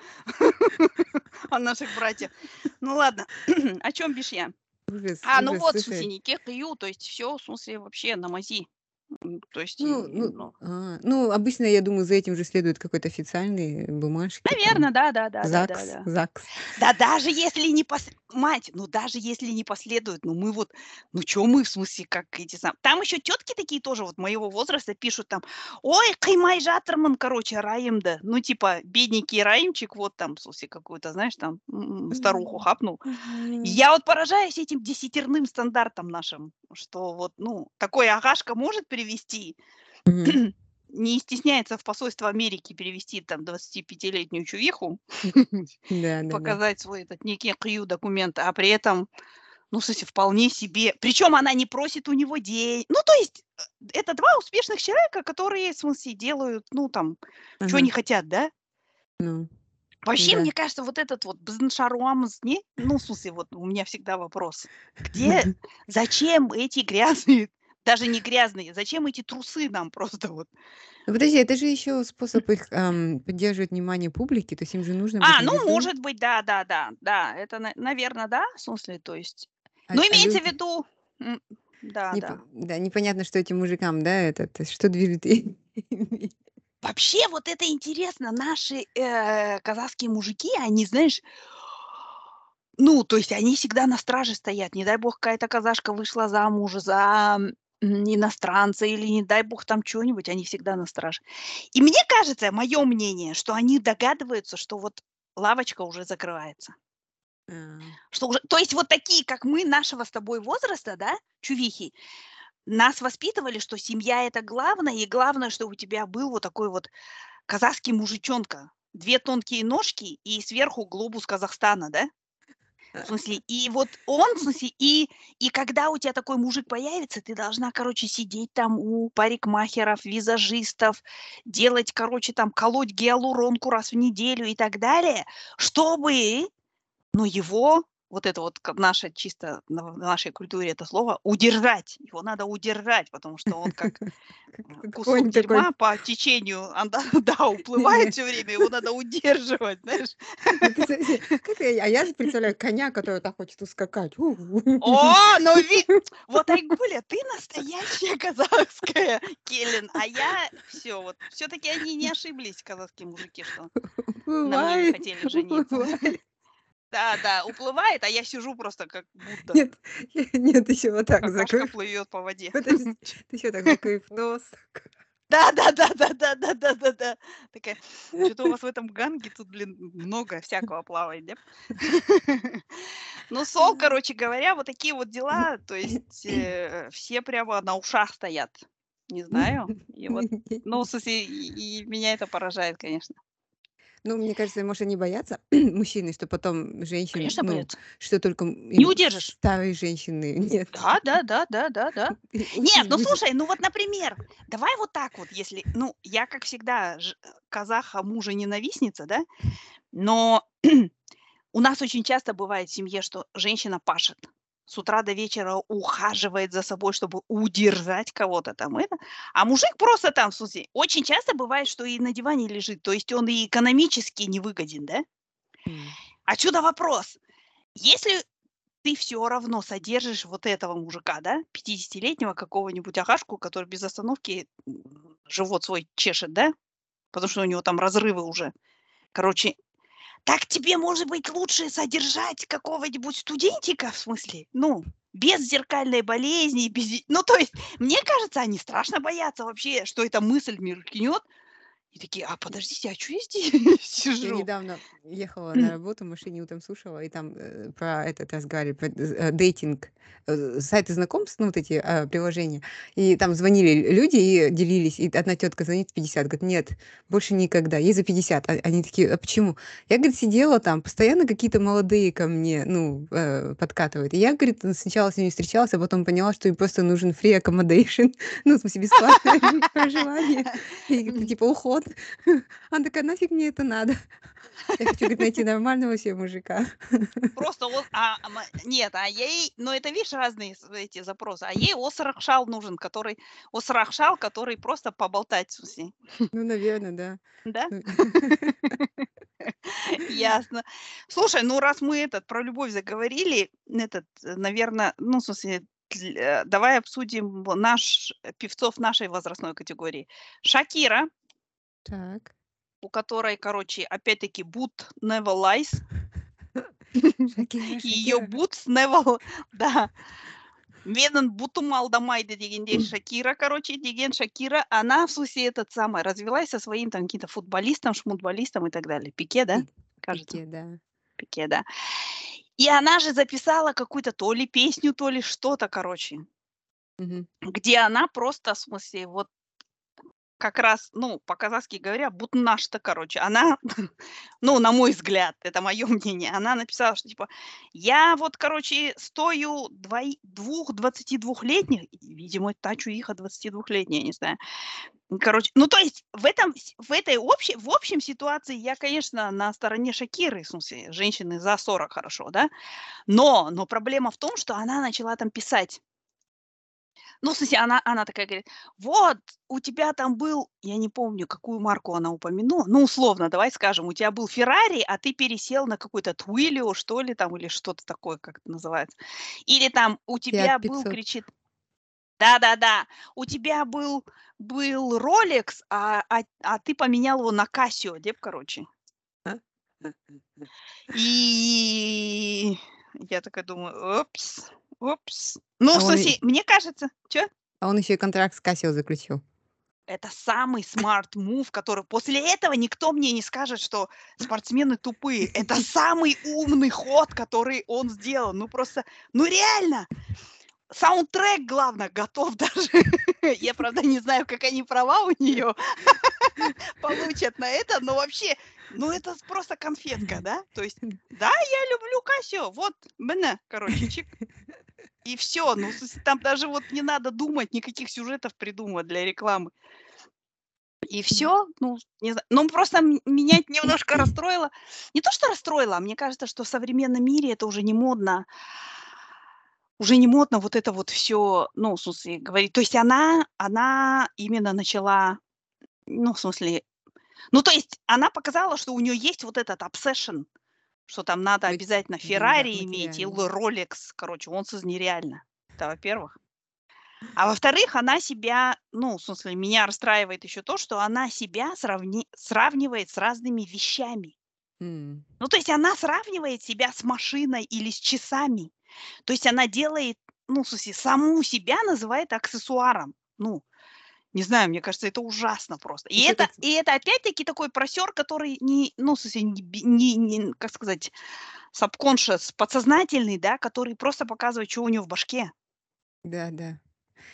о наших братьях? Ну ладно, о чём бишь я? Ужас, А, ну ужас, вот, в смысле, слушай. нике кыю, то есть всё, в смысле, вообще на мази. М, то есть Ну и, ну, ну а, ну, обычно, я думаю, за этим же следует какой-то официальный бумажки там. Наверно, да да да да да ЗАГС да. ЗАГС. Да даже если не пос мать, ну даже если не последует, ну мы вот, ну чё мы, в смысле, как эти сам Там ещё тётки такие тоже вот моего возраста пишут там: "Ой, кыймай жатырмын", короче, райымды. Ну, типа, бедненький раимчик, вот там, в смысле, какую-то, знаешь, там, м, старуху Мгм. хапнул. Мгм. Я вот поражаюсь этим десятерным стандартам нашим, что вот, ну, такой агашка может привезти, Мгм. не стесняется в посольство Америки перевести там двадцатипятилетнюю чувиху, Да-да-да. показать свой этот нике кыю документ, а при этом, ну, в смысле, вполне себе причём она не просит у него день ну, то есть, э, это два успешных человека, которые, в смысле, делают, ну, там, чё Ага. они хотят, да? Ну Вообще, мне да. кажется, вот этот вот бзн-шаруамз, не? Ну, в смысле, вот у меня всегда вопрос: где, зачем эти грязные, даже не грязные, зачем эти трусы нам просто вот? Ну, подожди, это же ещё способ их, ам, поддерживать внимание публики, то есть им же нужно быть А, на ну, виду. может быть, да да да да, это, на наверно, да, в смысле, то есть, А ну, а имеется в люди виду, м, да Непо да. да, непонятно, что этим мужикам, да, этот, что движет ими. Вообще, вот это интересно, наши, э, казахские мужики, они, знаешь ну, то есть они всегда на страже стоят. Не дай бог, какая-то казашка вышла замуж за, м, иностранца или, не дай бог, там чё-нибудь, они всегда на страже. И мне кажется, моё мнение, что они догадываются, что вот лавочка уже закрывается. А. Что уже то есть вот такие, как мы, нашего с тобой возраста, да, чувихи, нас воспитывали, что семья- это главное, и главное, чтобы у тебя был вот такой вот казахский мужичонка. две тонкие ножки и сверху глобус Казахстана, да? В смысле, и вот он, в смысле, и и когда у тя такой мужик появится, ты должна, короче, сидеть там у парикмахеров, визажистов, делать, короче, там, колоть гиалуронку раз в неделю и так далее, чтобы, ну, его, вот это вот, как наша чисто на в нашей культуре это слово, удержать. Его надо удержать, потому что он как, Как м, этот кусок конь такой. дерьма по течению, анда да, уплывает Не. всё время, его надо удерживать, знаешь. Ну, представляете, как я а я представляю коня, который так хочет ускакать. У. О, ну ви вот, Айгуля, ты настоящая казахская келин, а я всё вот. Всё-таки они не ошиблись, казахские мужики, что на мне не Уплывает, хотели жениться. уплывает. Да да, уплывает, а я сижу просто как Будда. Нет, нет, ещё вот так Какашка закрыв. плывёт по воде. Подожди, ты ещё так закрыв нос так. Да да да да да да да да да. Такая: "Чё-то у вас в этом ганге тут, блин, м много всякого плавает, да?" Ну, сол, короче говоря, вот такие вот дела, то есть, э, все прямо на ушах стоят. Не знаю. И вот, ну, в смысле, и, и меня это поражает, конечно. Ну, мне кажется, может, они боятся, мужчины, что потом женщин, Конечно, ну, боятся. что только Не им удержишь. старые женщины нет. Да, да, да, да, да, да. И Нет, ужас ну будет. слушай, ну вот, например, давай вот так вот, если, ну, я, как всегда, ж- э, казаха мужа ненавистница, да, но у нас очень часто бывает в семье, что женщина пашет. С утра до вечера ухаживает за собой, чтобы удержать кого-то там это. А мужик просто там, в смысле, очень часто бывает, что и на диване лежит. То есть он и экономически не выгоден, да? М. Отсюда вопрос. Если ты все равно содержишь вот этого мужика, да, пятидесятилетнего какого-нибудь агашку, который без остановки м, живот свой чешет, да, потому что у него там разрывы уже. Короче, так тебе, может быть, лучше содержать какого-нибудь студентика, в смысле, ну, без зеркальной болезни, без... и- Ну, то есть, мне кажется, они страшно боятся вообще, что эта мысль мелькнет. И такие, а подождите, а что я здесь Я сижу? недавно ехала на работу, в машине утром слушала, и там э, про этот разговаривали, про э, дейтинг, э, сайты знакомств, ну, вот эти э, приложения. И там звонили люди и делились. И одна тетка звонит пятьдесят, говорит, нет, больше никогда. Ей за пятьдесят. А они такие, а почему? Я, говорит, сидела там, постоянно какие-то молодые ко мне, ну, э, подкатывают. И я, говорит, сначала с ними встречалась, а потом поняла, что им просто нужен free accommodation, ну, в смысле, бесплатное проживание. И это типа уход. Она такая, нафиг мне это надо? Я хочу, говорит, найти нормального себе мужика. Просто он, а, а, ма- нет, а ей, ну это, видишь, разные с- эти запросы, а ей осрахшал нужен, который, осрахшал, который просто поболтать, в смысле, Ну, наверное, да. да? Ну, Ясно. Слушай, ну раз мы этот про любовь заговорили, этот, наверное, ну, в смысле, тл- э, давай обсудим в- наш э, певцов нашей возрастной категории. Шакира, так. у которой, короче, опять-таки, boot never lies, Шакира, и ее Шакира. boots never, да, Менен Бутумалдамайды дегенде Шакира, короче, деген Шакира, она, в смысле, этот самый, развелась со своим там каким-то футболистом, шмутболистом и так далее. Пике, да? Пи- Кажется, Пике, да. Пике, да. И она же записала какую-то то ли песню, то ли что-то, короче, Мгм. где она просто, в смысле, вот как раз, ну, по-казахски говоря, бутнашта, короче. Она, ну, на мой взгляд, это мое мнение, она написала, что типа я вот, короче, стою двои- двух двадцатидвухлетних, и, видимо, та чуиха двадцатидвухлетняя, не знаю. Короче, ну, то есть в этом, с- в этой общей, в общем ситуации я, конечно, на стороне Шакиры, в смысле, женщины за сорок хорошо, да, но, но проблема в том, что она начала там писать. Ну, в смысле, она она такая говорит: "Вот, у тебя там был", я не помню, какую марку она упомянула, ну, условно, давай скажем, у тебя был "Феррари", а ты пересел на какой-то "Твилио", что ли там, или что-то такое, как это называется. Или там у Фиат тебя был, пятьсот. кричит, да-да-да, у тебя был был "Ролекс", а а а ты поменял его на "Кассио", деп, короче. А? И я такая думаю: "Упс, упс". Ну, А в он, и- смысле, мне кажется, чё? а он еще и контракт с Кассио заключил. Это самый смарт мув, который после этого никто мне не скажет, что спортсмены тупые. Это самый умный ход, который он сделал. Ну просто, ну реально, саундтрек, главное, готов даже. Я, правда, не знаю, как они права у нее получат на это, но вообще, ну это с- просто конфетка, да? То есть, да, я люблю Кассио, вот, мне, короче, чик. И все, ну, в смысле, там даже вот не надо думать, никаких сюжетов придумывать для рекламы. И все, ну, не знаю. Ну, просто м меня это немножко расстроило. Не то, что расстроило, а мне кажется, что в современном мире это уже не модно. Уже не модно вот это вот все, ну, в смысле, говорить. То есть она она именно начала, ну, в смысле, ну, то есть она показала, что у нее есть вот этот obsession, что там надо Мать- обязательно Ну да, "Феррари" иметь или материально. "Ролекс". Короче, он с нереально. Это во-первых. А во-вторых, она себя, ну, в смысле, меня расстраивает еще то, что она себя сравни сравнивает с разными вещами. М. Ну, то есть она сравнивает себя с машиной или с часами. То есть она делает, ну, в смысле, саму себя называет аксессуаром. Ну, не знаю, мне кажется, это ужасно просто. И Вот это, этот, и это опять-таки такой просер, который не, ну, в смысле, не, би- не- не- как сказать, subconscious, подсознательный, да, который просто показывает, что у него в башке. да, да.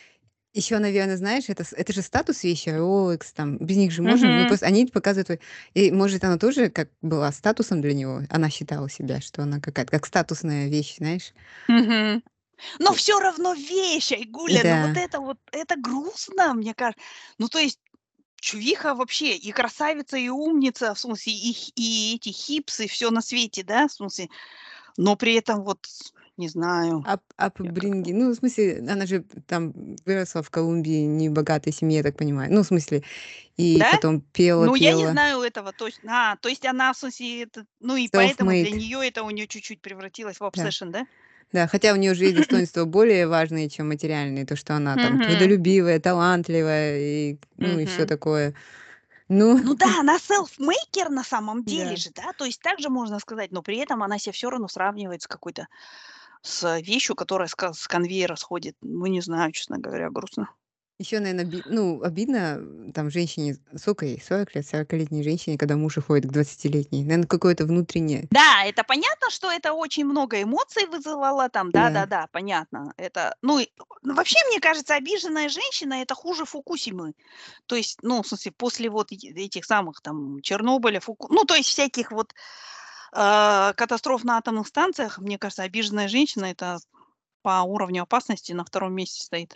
Еще, наверно, знаешь, это с это же статус вещи, Rolex там, без них же можно, ну, Мгм. просто они показывают твой и, может, она тоже как была статусом для него? Она считала себя, что она какая-то, как статусная вещь, знаешь? Мгм. Но И всё равно вещь, Айгуля, ну вот Да. это вот, это грустно, мне каж ну, то есть чувиха вообще и красавица, и умница, в смысле, и х и эти хипсы, всё на свете, да, в смысле, но при этом вот, не знаю, Ап я как-то апбрингинг, ну, в смысле, она же там выросла в Колумбии, небогатой семье, я так понимаю. Ну, в смысле, и Да? потом пела Ну, я не пела. знаю этого точно. А, то есть она, в смысле, этот, ну и поэтому для Self-made. неё это у неё чуть-чуть превратилось в Да. obsession, да? Да, хотя у неё же есть достоинства более важные, чем материальные. То, что она там Мгм. трудолюбивая, талантливая и, ну, и всё Мгм. такое. Ну Ну да, она self-maker на самом деле Да. же, да, то есть также можно сказать, но при этом она ся всё равно сравнивает с какой-то, с вещью, которая с ка с конвейера сходит. Ну, не знаю, честно говоря, грустно. Еще, наверно, оби ну, обидно, там женщине, сколько ей, сорок лет, сорокалетней женщине, когда муж уходит к двадцатилетней. Наверно, какое-то внутреннее Да, это понятно, что это очень много эмоций вызывало там, Да. да-да-да, понятно. Это, ну и, ну, вообще, мне кажется, обиженная женщина- это хуже Фукусимы. То есть, ну, в смысле, после вот эти этих самых там Чернобыля, Фуку ну, то есть всяких вот, а, катастроф на атомных станциях, мне кажется, обиженная женщина- это по уровню опасности на втором месте стоит.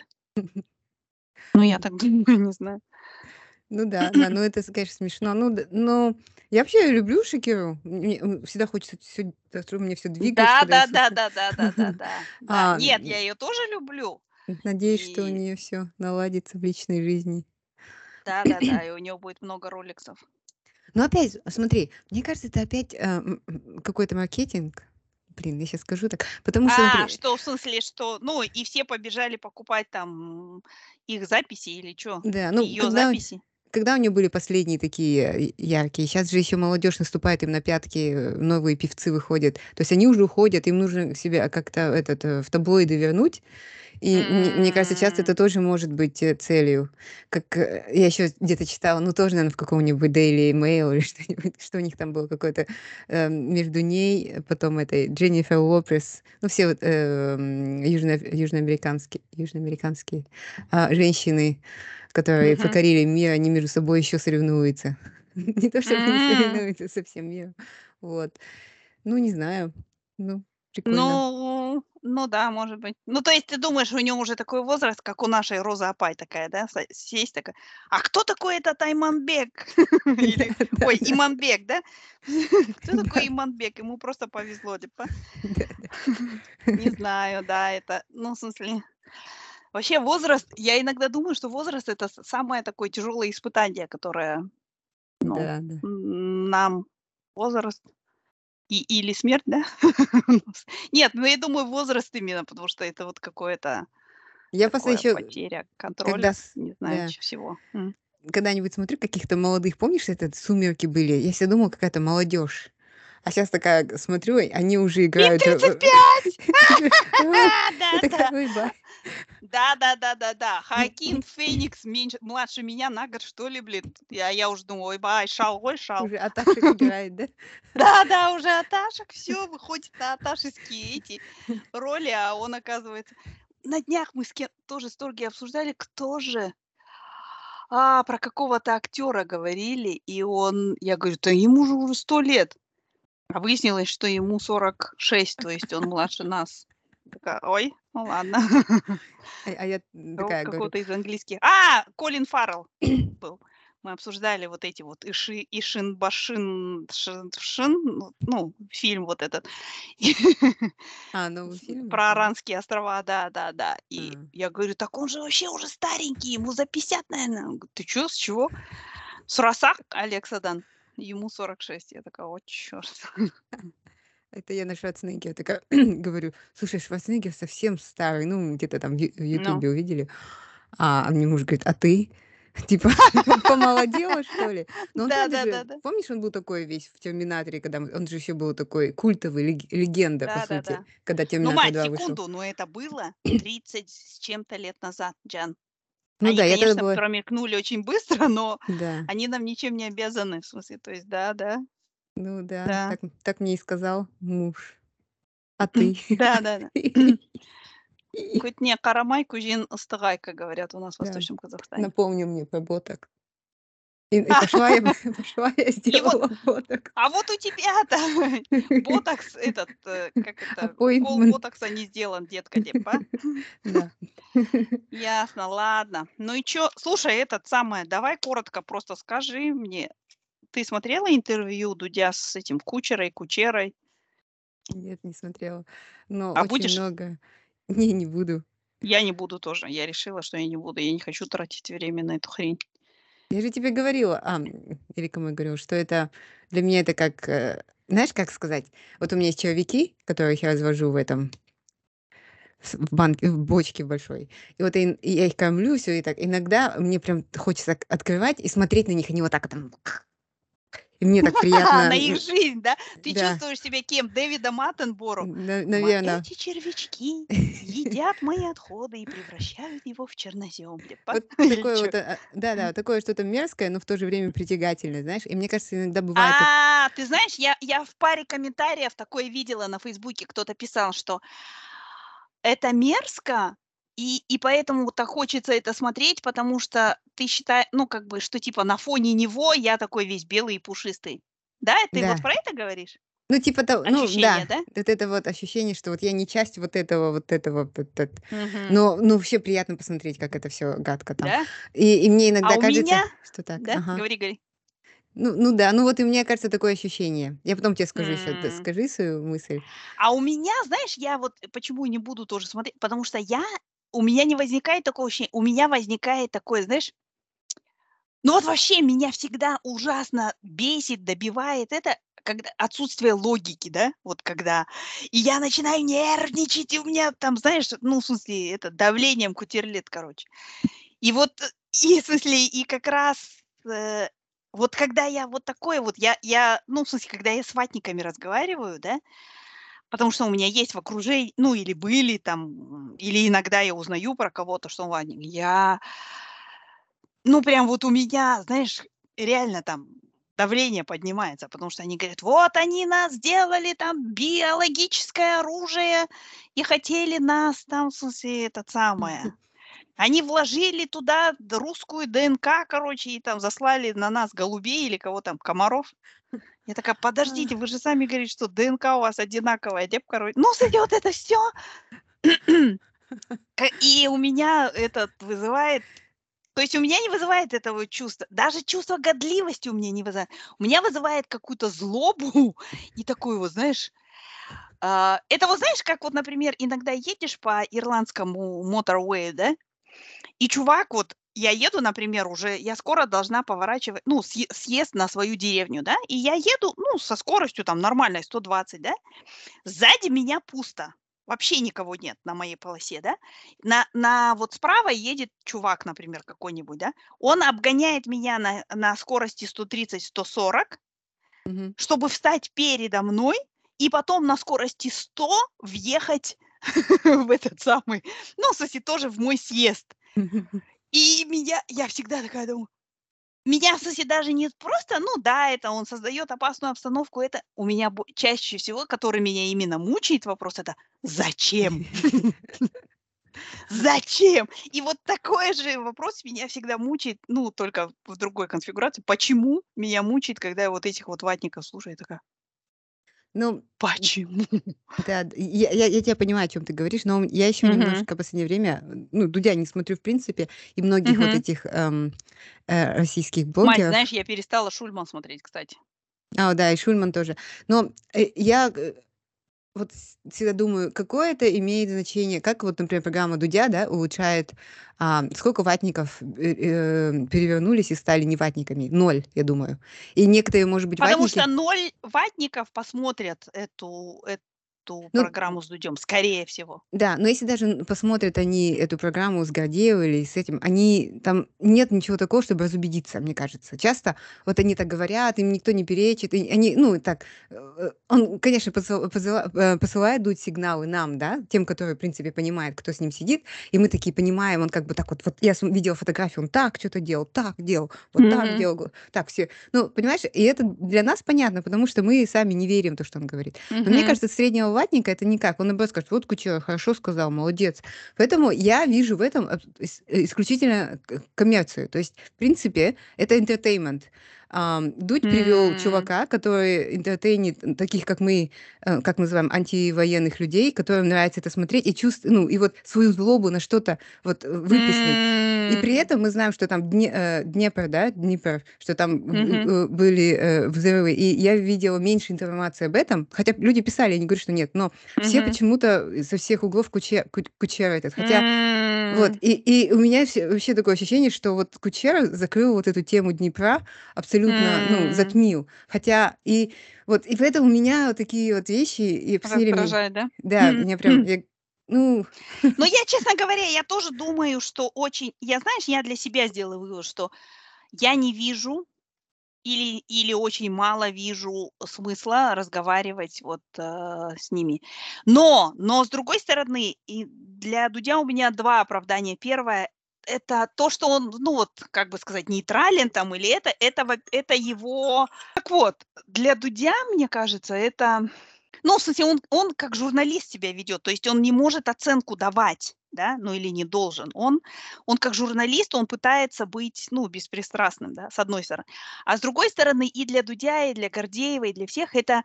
Ну, я так думаю, не знаю. Ну да, да, ну это, с конечно, смешно. Ну д ну, я вообще люблю Шакиру. Мне, м, всегда хочется всё, у меня всё двигается, Да когда я да да слушаю. да да да да да. Да. А, Нет, я м её тоже люблю. Надеюсь, что у И неё всё наладится в личной жизни. Да-да-да, и у неё будет много роликсов. Но опять, смотри, мне кажется, это опять, а, м, м, какой-то маркетинг. Блин, я щас скажу так, потому что, А, смотри что, в смысле, что, ну, и все побежали покупать там их записи или чё? Да, ну, Её когда записи? когда у неё были последние такие я яркие, щас же ещё молодежь наступает им на пятки, э, новые певцы выходят. То есть они уже уходят, им нужно себя как-то, этот, э, в таблоиды вернуть. И мне мне кажется, часто это М. тоже может быть, э, целью. Как, э, я ещё где-то читала, ну, тоже, наверно, в каком-нибудь Daily Mail или что-нибудь, что у них там было какое-то, э, между ней, потом этой Дженнифер Лопес, ну, все вот, эм, южно южноамериканские южноамериканские, а, женщины, которые Мгм. покорили мир, они между собой ещё соревнуются. Не то чтобы они М. соревнуются со всем миром. Вот. Ну, не знаю. Ну, прикольно. Ну ну да, может быть. Ну, то есть ты думаешь, у неё уже такой возраст, как у нашей Розы Опай такая, да, са сесть такая: "А кто такой этот Айманбек?" Да Или, да ой, да. Иманбек, да? Кто такой Да. Иманбек? Ему просто повезло, типа. Да-да. Не знаю, да, это, ну, в смысле, вообще возраст, я иногда думаю, что возраст- это с самое такое тяжёлое испытание, которое, ну, Да, да. н нам возраст и или смерть, да? Нет, ну, я думаю, возраст именно, потому что это вот какое-то Я просто такое ещё, потеря когда контроля, с не знаю, да. чего всего. М. Когда-нибудь смотрю каких-то молодых, помнишь, этот "Сумерки" были? Я всегда думала, какая-то молодежь. А щас такая г смотрю, они уже Им играют, тридцать э, пять! а, это Да-да. какой ба Да-да-да-да-да. Хоакин Феникс меньше младше меня на год, что ли, блин. Я я уже думаю: "Ой-бай, шал, ой, шал". Уже Аташек играет, да? Да-да, уже Аташек всё выходит на аташеские эти роли, а он, оказывается На днях мы с кем тоже с Торги обсуждали, кто же а, про какого-то актёра говорили, и он я говорю: "Да ему же уже сто лет". А выяснилось, что ему сорок шесть, то есть он младше нас. Такая: "Ой, ну ладно". А а я, м, Кого такая говорю какого-то из английских А! Колин Фаррелл был. Мы обсуждали вот эти вот Иши Ишин Башин Шин Шин, ну ну, фильм вот этот А, новый фильм про вышел, да? Аранские острова, да-да-да. И А. я говорю: "Так он же вообще уже старенький, ему за пятьдесят, наверно". Он говорит: "Ты чё, с чего?" "Сурасак Алексадан, ему сорок шесть". Я такая: "О, чёрт". Это я на Шварценеггера такая говорю: "Слушай, Шварценеггер совсем старый". Ну, где-то там в Ю в Ну. "Ютубе" увидели. А мне муж говорит: "А ты?" Типа помолодела, что ли? Но он правда же, Да-да-да-да. помнишь, он был такой весь в "Терминаторе", когда м он же ещё был такой культовый, лег легенда, по сути, Да-да-да. когда Ну, "Терминатор мать, два" вышел. секунду, но это было тридцать с чем-то лет назад, Джан. Ну Они, да, я тогда конечно, была промелькнули очень быстро, но Да. они нам ничем не обязаны. В смысле, то есть да, да. Ну да, Да. так так мне и сказал муж. А ты? А Да-да-да. ты? Кутне карамай, кузин остыгай, как говорят у нас в Да, Восточном Казахстане. напомни мне про ботокс. И и пошла я пошла я И вот, сделала ботокс. а вот у тебя-то ботокс этот, э, как это, укол Appointment. ботокса не сделан, детка, типа. Да. Ясно, ладно. Ну и чё? Слушай, этот самое, давай коротко просто скажи мне, ты смотрела интервью Дудя с этим Кучерой, Кучерой? Нет, не смотрела, но А очень будешь? много Не, не буду. Я не буду тоже. Я решила, что я не буду. Я не хочу тратить время на эту хрень. Я же тебе говорила, а, м, или кому я говорила, что это для меня это как, э, знаешь, как сказать? Вот у меня есть червяки, которых я развожу в этом с в банке, в бочке большой. И вот ин и я их кормлю, всё, и так. Иногда мне прям хочется так открывать и смотреть на них. Они вот так там И мне так приятно, На их н жизнь, да? Ты да. чувствуешь себя кем? Дэвидом Аттенборо? На Ма наверно. эти червячки едят мои отходы и превращают его в чернозем, типа. Вот Или такое чё? вот, а, да-да, такое что-то мерзкое, но в то же время притягательное, знаешь. И мне кажется, иногда бывает так. А, ты знаешь, я я в паре комментариев такое видела на "Фейсбуке". Кто-то писал, что это мерзко, и и поэтому вот так хочется это смотреть, потому что ты считай ну, как бы, что типа на фоне него я такой весь белый и пушистый. Да, ты вот Да. про это говоришь? Ну, типа того, ну Ощущение, да, да? вот это вот ощущение, что вот я не часть вот этого, вот этого, вот эт Мгм. но но вообще приятно посмотреть, как это всё гадко там. Да? И и мне А иногда у кажется, меня что так. да, Ага. говори говори. Ну ну да, ну вот и мне кажется такое ощущение. Я потом тебе скажу ещё. Ты М. скажи свою мысль. А у меня, знаешь, я вот почему не буду тоже смотреть, потому что я у меня не возникает такого ощущения. У меня возникает такое, знаешь ну вот вообще меня всегда ужасно бесит, добивает это, когда отсутствие логики, да, вот когда. И я начинаю нервничать, и у меня там, знаешь, ну, в смысле, это давлением кутерлет, короче. И вот, и в смысле, и как раз, э, вот когда я вот такое вот, я я, ну, в смысле, когда я с ватниками разговариваю, да, потому что у меня есть в окружении, ну, или были там, или иногда я узнаю про кого-то, что он ватник. Я ну, прям вот у меня, знаешь, реально там давление поднимается, потому что они говорят: "Вот они нас сделали там биологическое оружие и хотели нас там, в смысле, этот самое, они вложили туда д русскую ДНК, короче, и там заслали на нас голубей или кого там, комаров". Я такая: "Подождите, вы же сами говорите, что ДНК у вас одинаковая, деп коро" Ну, кстати, вот это всё Ка и у меня этот вызывает то есть у меня не вызывает этого чувства, даже чувство годливости у меня не вызывает. У меня вызывает какую-то злобу и такую вот, знаешь, а, это вот знаешь, как вот, например, иногда едешь по ирландскому motorway, да, и чувак вот я еду, например, уже я скоро должна поворачивать, ну, съе съезд на свою деревню, да, и я еду, ну, со скоростью там нормальной сто двадцать, да. Сзади меня пусто, вообще никого нет на моей полосе, да. На на вот справа едет чувак, например, какой-нибудь, да. Он обгоняет меня на на скорости сто тридцать сто сорок Мгм. чтобы встать передо мной и потом на скорости сто въехать в этот самый, ну, в смысле, тоже в мой съезд. И меня я всегда такая думаю меня, в смысле, даже не просто, ну да, это он создаёт опасную обстановку, это у меня бо чаще всего, который меня именно мучает вопрос- это зачем? Зачем? И вот такой же вопрос меня всегда мучает, ну, только в другой конфигурации. Почему меня мучает, когда я вот этих вот ватников слушаю, я такая Ну, м, почему? да, д я я я тя понимаю, о чём ты говоришь, но я ещё Мгм. немножко в последнее время, ну, Дудя не смотрю в принципе, и многих вот Мгм. этих, эм, э, российских Мать, знаешь, блогеров. я перестала Шульман смотреть, кстати. А, да, и Шульман тоже. Но, э, я, э, вот вс всегда думаю, какое это имеет значение, как вот, например, программа Дудя, да, улучшает, а, сколько ватников, э, э, перевернулись и стали не ватниками? ноль, я думаю. И некоторые, может быть, Потому что ватники ноль ватников посмотрят эту эту Ну программу с Дудем, скорее всего. Да, но если даже н посмотрят они эту программу с Гордеевой или с этим, они там нет ничего такого, чтобы разубедиться, мне кажется. Часто вот они так говорят, им никто не перечит, и они, ну, так, э, он, конечно, посыл посыла э, посылает Дудь сигналы нам, да, тем, которые, в принципе, понимают, кто с ним сидит, и мы такие понимаем, он как бы так вот вот я см видела фотографию, он так чё-то делал, так делал, вот так Мгм. делал, го так все. Ну, понимаешь, и это для нас понятно, потому что мы сами не верим в то, что он говорит. Но мне Мгм. кажется, среднего салатника это никак. Он наоборот скажет: "Вот Кучера хорошо сказал, молодец". Поэтому я вижу в этом аб ис исключительно к коммерцию. То есть, в принципе, это entertainment. Ам, Дудь привел М. чувака, который энтертейнит м, таких, как мы, э, как называем, антивоенных людей, которым нравится это смотреть и чувств ну, и вот свою злобу на что-то вот, э, выплеснуть. И при М. этом мы знаем, что там Дне э, Днепр, да, Днепр, что там в Мгм. э, были, э, взрывы. И я видела меньше информации об этом, хотя люди писали, я не говорю, что нет, но все Мгм. почему-то со всех углов Куче Ку Кучера этот. Хотя вот, М. и и у меня все вообще такое ощущение, что вот Кучера закрыл вот эту тему Днепра, абсолютно, ну, М. затмил. Хотя и вот, и поэтому меня вот такие вот вещи и объяснили мне, Раздражает, да? да, меня прям, я, ну, Но я, честно говоря, я тоже думаю, что очень я, знаешь, я для себя сделала вывод, что я не вижу или или очень мало вижу смысла разговаривать вот, э, с ними. Но но, с другой стороны, и для Дудя у меня два оправдания. Первое — это то, что он, ну, вот, как бы сказать, нейтрален там или это это во это его так вот, для Дудя, мне кажется, это ну, в смысле, он он как журналист себя ведет, то есть он не может оценку давать, да, ну или не должен. Он он как журналист, он пытается быть, ну, беспристрастным, да, с одной стороны. А с другой стороны, и для Дудя, и для Гордеева, и для всех это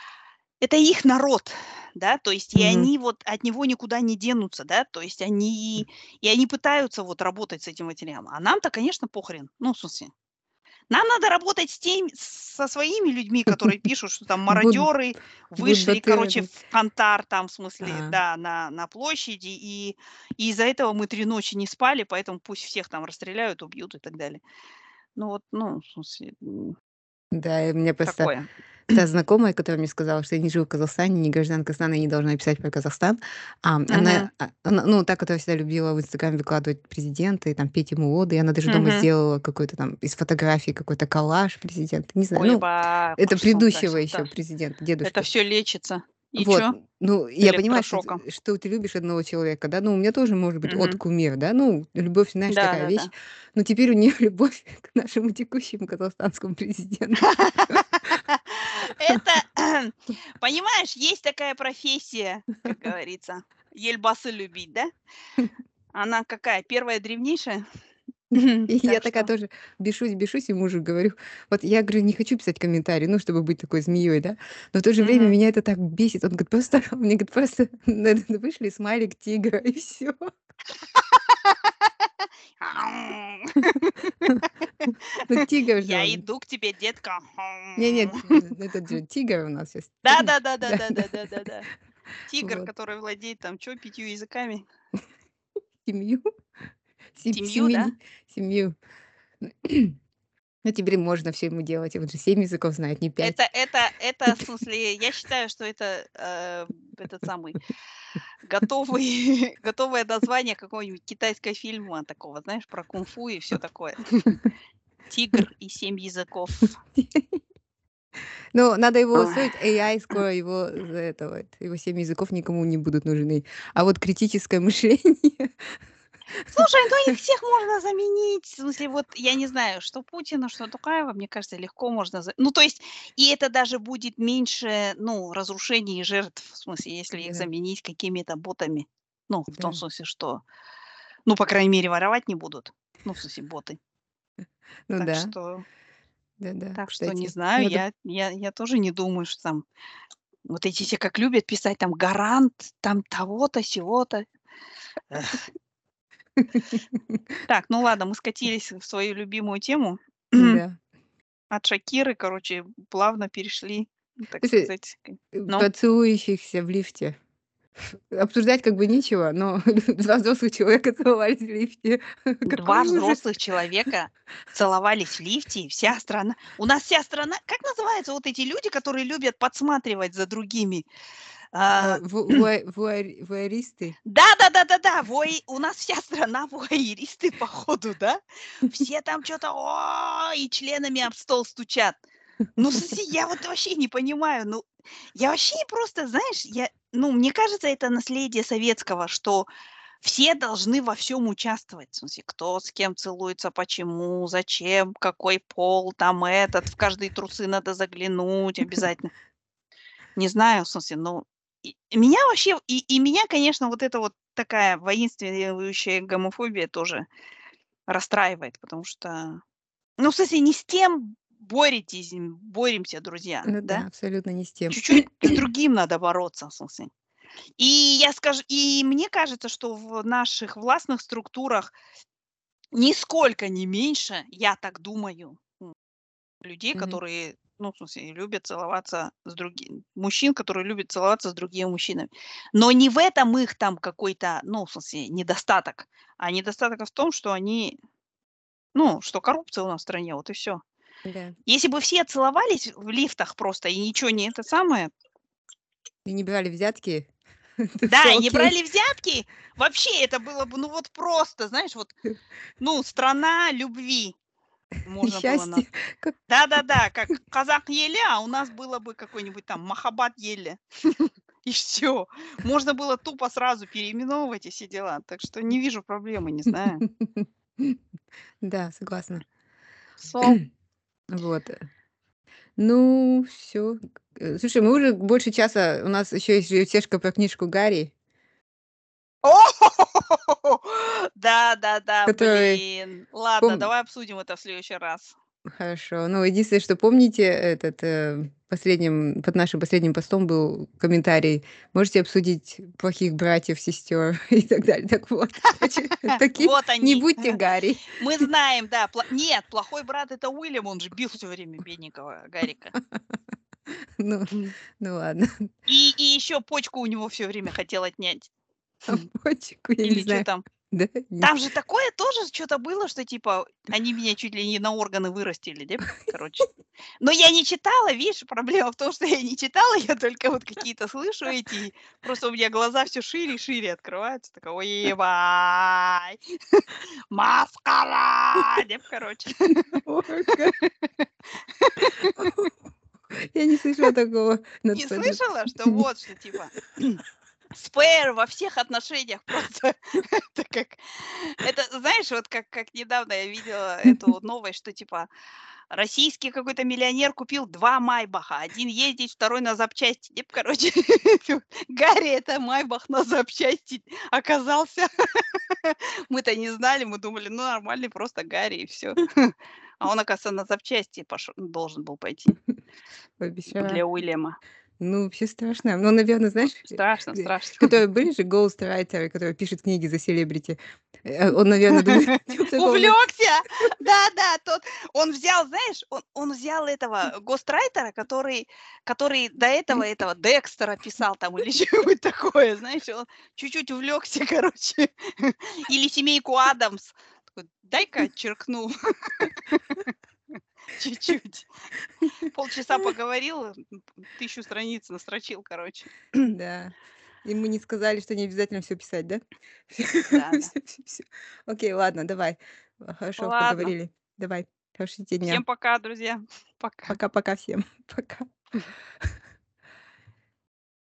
это их народ, да, то есть и мгм. они вот от него никуда не денутся, да, то есть они и они пытаются вот работать с этим материалом. А нам-то, конечно, похрен. Ну, в смысле, нам надо работать с теми со своими людьми, которые пишут, что там Буд мародеры вышли, короче, Будбатырами. в кантар, там, в смысле, А. да, на на площади, и и из-за этого мы три ночи не спали, поэтому пусть всех там расстреляют, убьют и так далее. Ну вот, ну, в смысле, м, Да, и у меня просто такое. та знакомая, которая мне сказала, что я не живу в Казахстане, не гражданка страны, не должна писать про Казахстан. А, она, Мгм, а, она, ну, та, которая всегда любила в "Инстаграме" выкладывать президента и там петь ему оды, и она даже дома мгм. сделала какой-то там из фотографий какой-то коллаж президента. Не знаю, Ой, ну, ба это пошел предыдущего дальше. еще Да, президента, это дедушки. все лечится. И Вот, чё? ну, я понимаю, что Электрошоком. т что ты любишь одного человека, да, ну, у меня тоже может быть от Мгм. кумир, да, ну, любовь, знаешь, такая Да-да-да. вещь, но теперь у нее любовь к нашему текущему казахстанскому президенту. Это, понимаешь, есть такая профессия, как говорится, ельбасы любить, да? Она какая? Первая, древнейшая? И я Так такая что тоже бешусь, бешусь, и мужу говорю, вот я, говорю, не хочу писать комментарии, ну, чтобы быть такой змеей, да, но в то же время мгм. меня это так бесит. Он говорит, просто, мне говорит, просто вышли смайлик тигра, и все. Ну, тигр же Я он. иду к тебе, детка. Не, нет, этот же тигр у нас сейчас, помнишь? Да, да, Да-да-да-да-да-да-да-да. Тигр, вот. который владеет там чё, пятью языками? Семью, сем- Семью, да? семени, семью. Ну, теперь можно все ему делать. Вот же семь языков знает, не пять. Это это это, в смысле, я считаю, что это, э, этот самый готовый готовое название какого-нибудь китайского фильма такого, знаешь, про кунг-фу и все такое. "Тигр и семь языков". Ну, надо его Ой. устроить, A I скоро его за это вот, его семь языков никому не будут нужны. А вот критическое мышление. Слушай, ну их всех можно заменить. В смысле, вот я не знаю, что Путина, что Токаева, мне кажется, легко можно за ну, то есть, и это даже будет меньше, ну, разрушений и жертв, в смысле, если их Да, заменить какими-то ботами. Ну, в том да. смысле, что, ну, по крайней мере, воровать не будут. Ну, в смысле, боты. Ну Так да, что да-да, так что не кстати. знаю, Надо я я я тоже не думаю, что там вот эти все как любят писать там гарант там того-то, сего-то. Эх. Так, ну ладно, мы скатились в свою любимую тему. Да. От Шакиры, короче, плавно перешли, ну, так Слушай, сказать, к э, ну, поцелующихся в лифте. Обсуждать как бы нечего, но два взрослых человека целовались в лифте. два Какой ужас! взрослых человека целовались в лифте, и вся страна у нас вся страна как называются вот эти люди, которые любят подсматривать за другими? А, А, ву вуа вуари вуаристы. да-да-да-да-да, вой у нас вся страна вуайеристы, походу, да? Все там что то "о" и членами об стол стучат. Ну, в смысле, я вот вообще не понимаю. Ну, я вообще просто, знаешь, я, ну, мне кажется, это наследие советского, что все должны во всем участвовать. В смысле, кто с кем целуется, почему, зачем, какой пол, там этот, в каждые трусы надо заглянуть обязательно. Не знаю, в смысле, ну, И и меня вообще, и и меня, конечно, вот эта вот такая воинствующая гомофобия тоже расстраивает, потому что, ну, в смысле, не с тем боретесь, м, боремся, друзья, Ну да? да, абсолютно не с тем. Чуть-чуть с другим надо бороться, в смысле. И я скажу, и мне кажется, что в наших властных структурах нисколько не меньше, я так думаю, м, людей, Мгм. которые, ну, в смысле, любят целоваться с другим мужчин, которые любят целоваться с другими мужчинами. Но не в этом их там какой-то, ну, в смысле, недостаток, а недостаток в том, что они, ну, что коррупция у нас в стране, вот и всё. Да. Если бы все целовались в лифтах просто и ничего не это самое И не брали взятки, то Да, всё и не окей. брали взятки, вообще это было бы, ну, вот просто, знаешь, вот, ну, страна любви И можно было счастье, наз как Да-да-да, как казах еле, а у нас было бы какой-нибудь там махаббат еле. И всё. Можно было тупо сразу переименовывать и все дела. Так что не вижу проблемы, не знаю. Да, согласна. So Вот. Ну, всё. Э, слушай, мы уже больше часа, у нас еще есть же утешка про книжку Гарри. О! Да-да-да, Который блин. Ладно, пом давай обсудим это в следующий раз. Хорошо. Ну, единственное, что помните, этот, э, последним под нашим последним постом был комментарий: "Можете обсудить плохих братьев, сестер" и так далее. Так вот, короче, таким Вот не они. будьте Гарри. Мы знаем, да, пла нет, плохой брат- это Уильям, он же бил всё время бедненького Гарика. Ну ну ладно. И и еще почку у него всё время хотел отнять. А почку, я не Или чё знаю. там. Да, не Там же такое тоже чё-то было, что типа они меня чуть ли не на органы вырастили, да, короче. Но я не читала, видишь, проблема в том, что я не читала, я только вот какие-то слышу эти, просто у меня глаза всё шире и шире открываются. Такая: "Ой, ебать, маскара!" Деп, короче. Орка. Я не слышала такого. Надо Не подо слышала, что Не. вот, что типа спэр во всех отношениях просто. Это как это, знаешь, вот как как недавно я видела эту новость, что типа российский какой-то миллионер купил два "Майбаха". Один ездить, второй на запчасти. Деп, короче. Гарри- это "Майбах" на запчасти оказался. Мы-то не знали, мы думали, ну, нормальный просто Гарри и всё. А он, оказывается, на запчасти пош должен был пойти Пообещала. для Уильяма. Ну, вообще страшно. Ну, наверно, знаешь, Страшно э, страшно. которые были же гоустрайтеры, которые пишут книги за селебрити. Э, он, наверно, думает, типа такого на Увлекся! Да-да, тот он взял, знаешь, он он взял этого гострайтера, который который до этого этого Декстера писал там или чё-нибудь такое, знаешь, он чуть-чуть увлекся, короче. Или "Семейку Адамс". Такой: "Дай-ка черкну". Чуть-чуть. Полчаса поговорил, м, тысячу страниц настрочил, короче. Да. Ему не сказали, что не обязательно всё писать, да? Да, да. Всё всё всё. Окей, ладно, давай. Э, хорошо, Ладно. поговорили. Давай. Хорошего те дня. Всем пока, друзья. Пока. Пока-пока всем. Пока.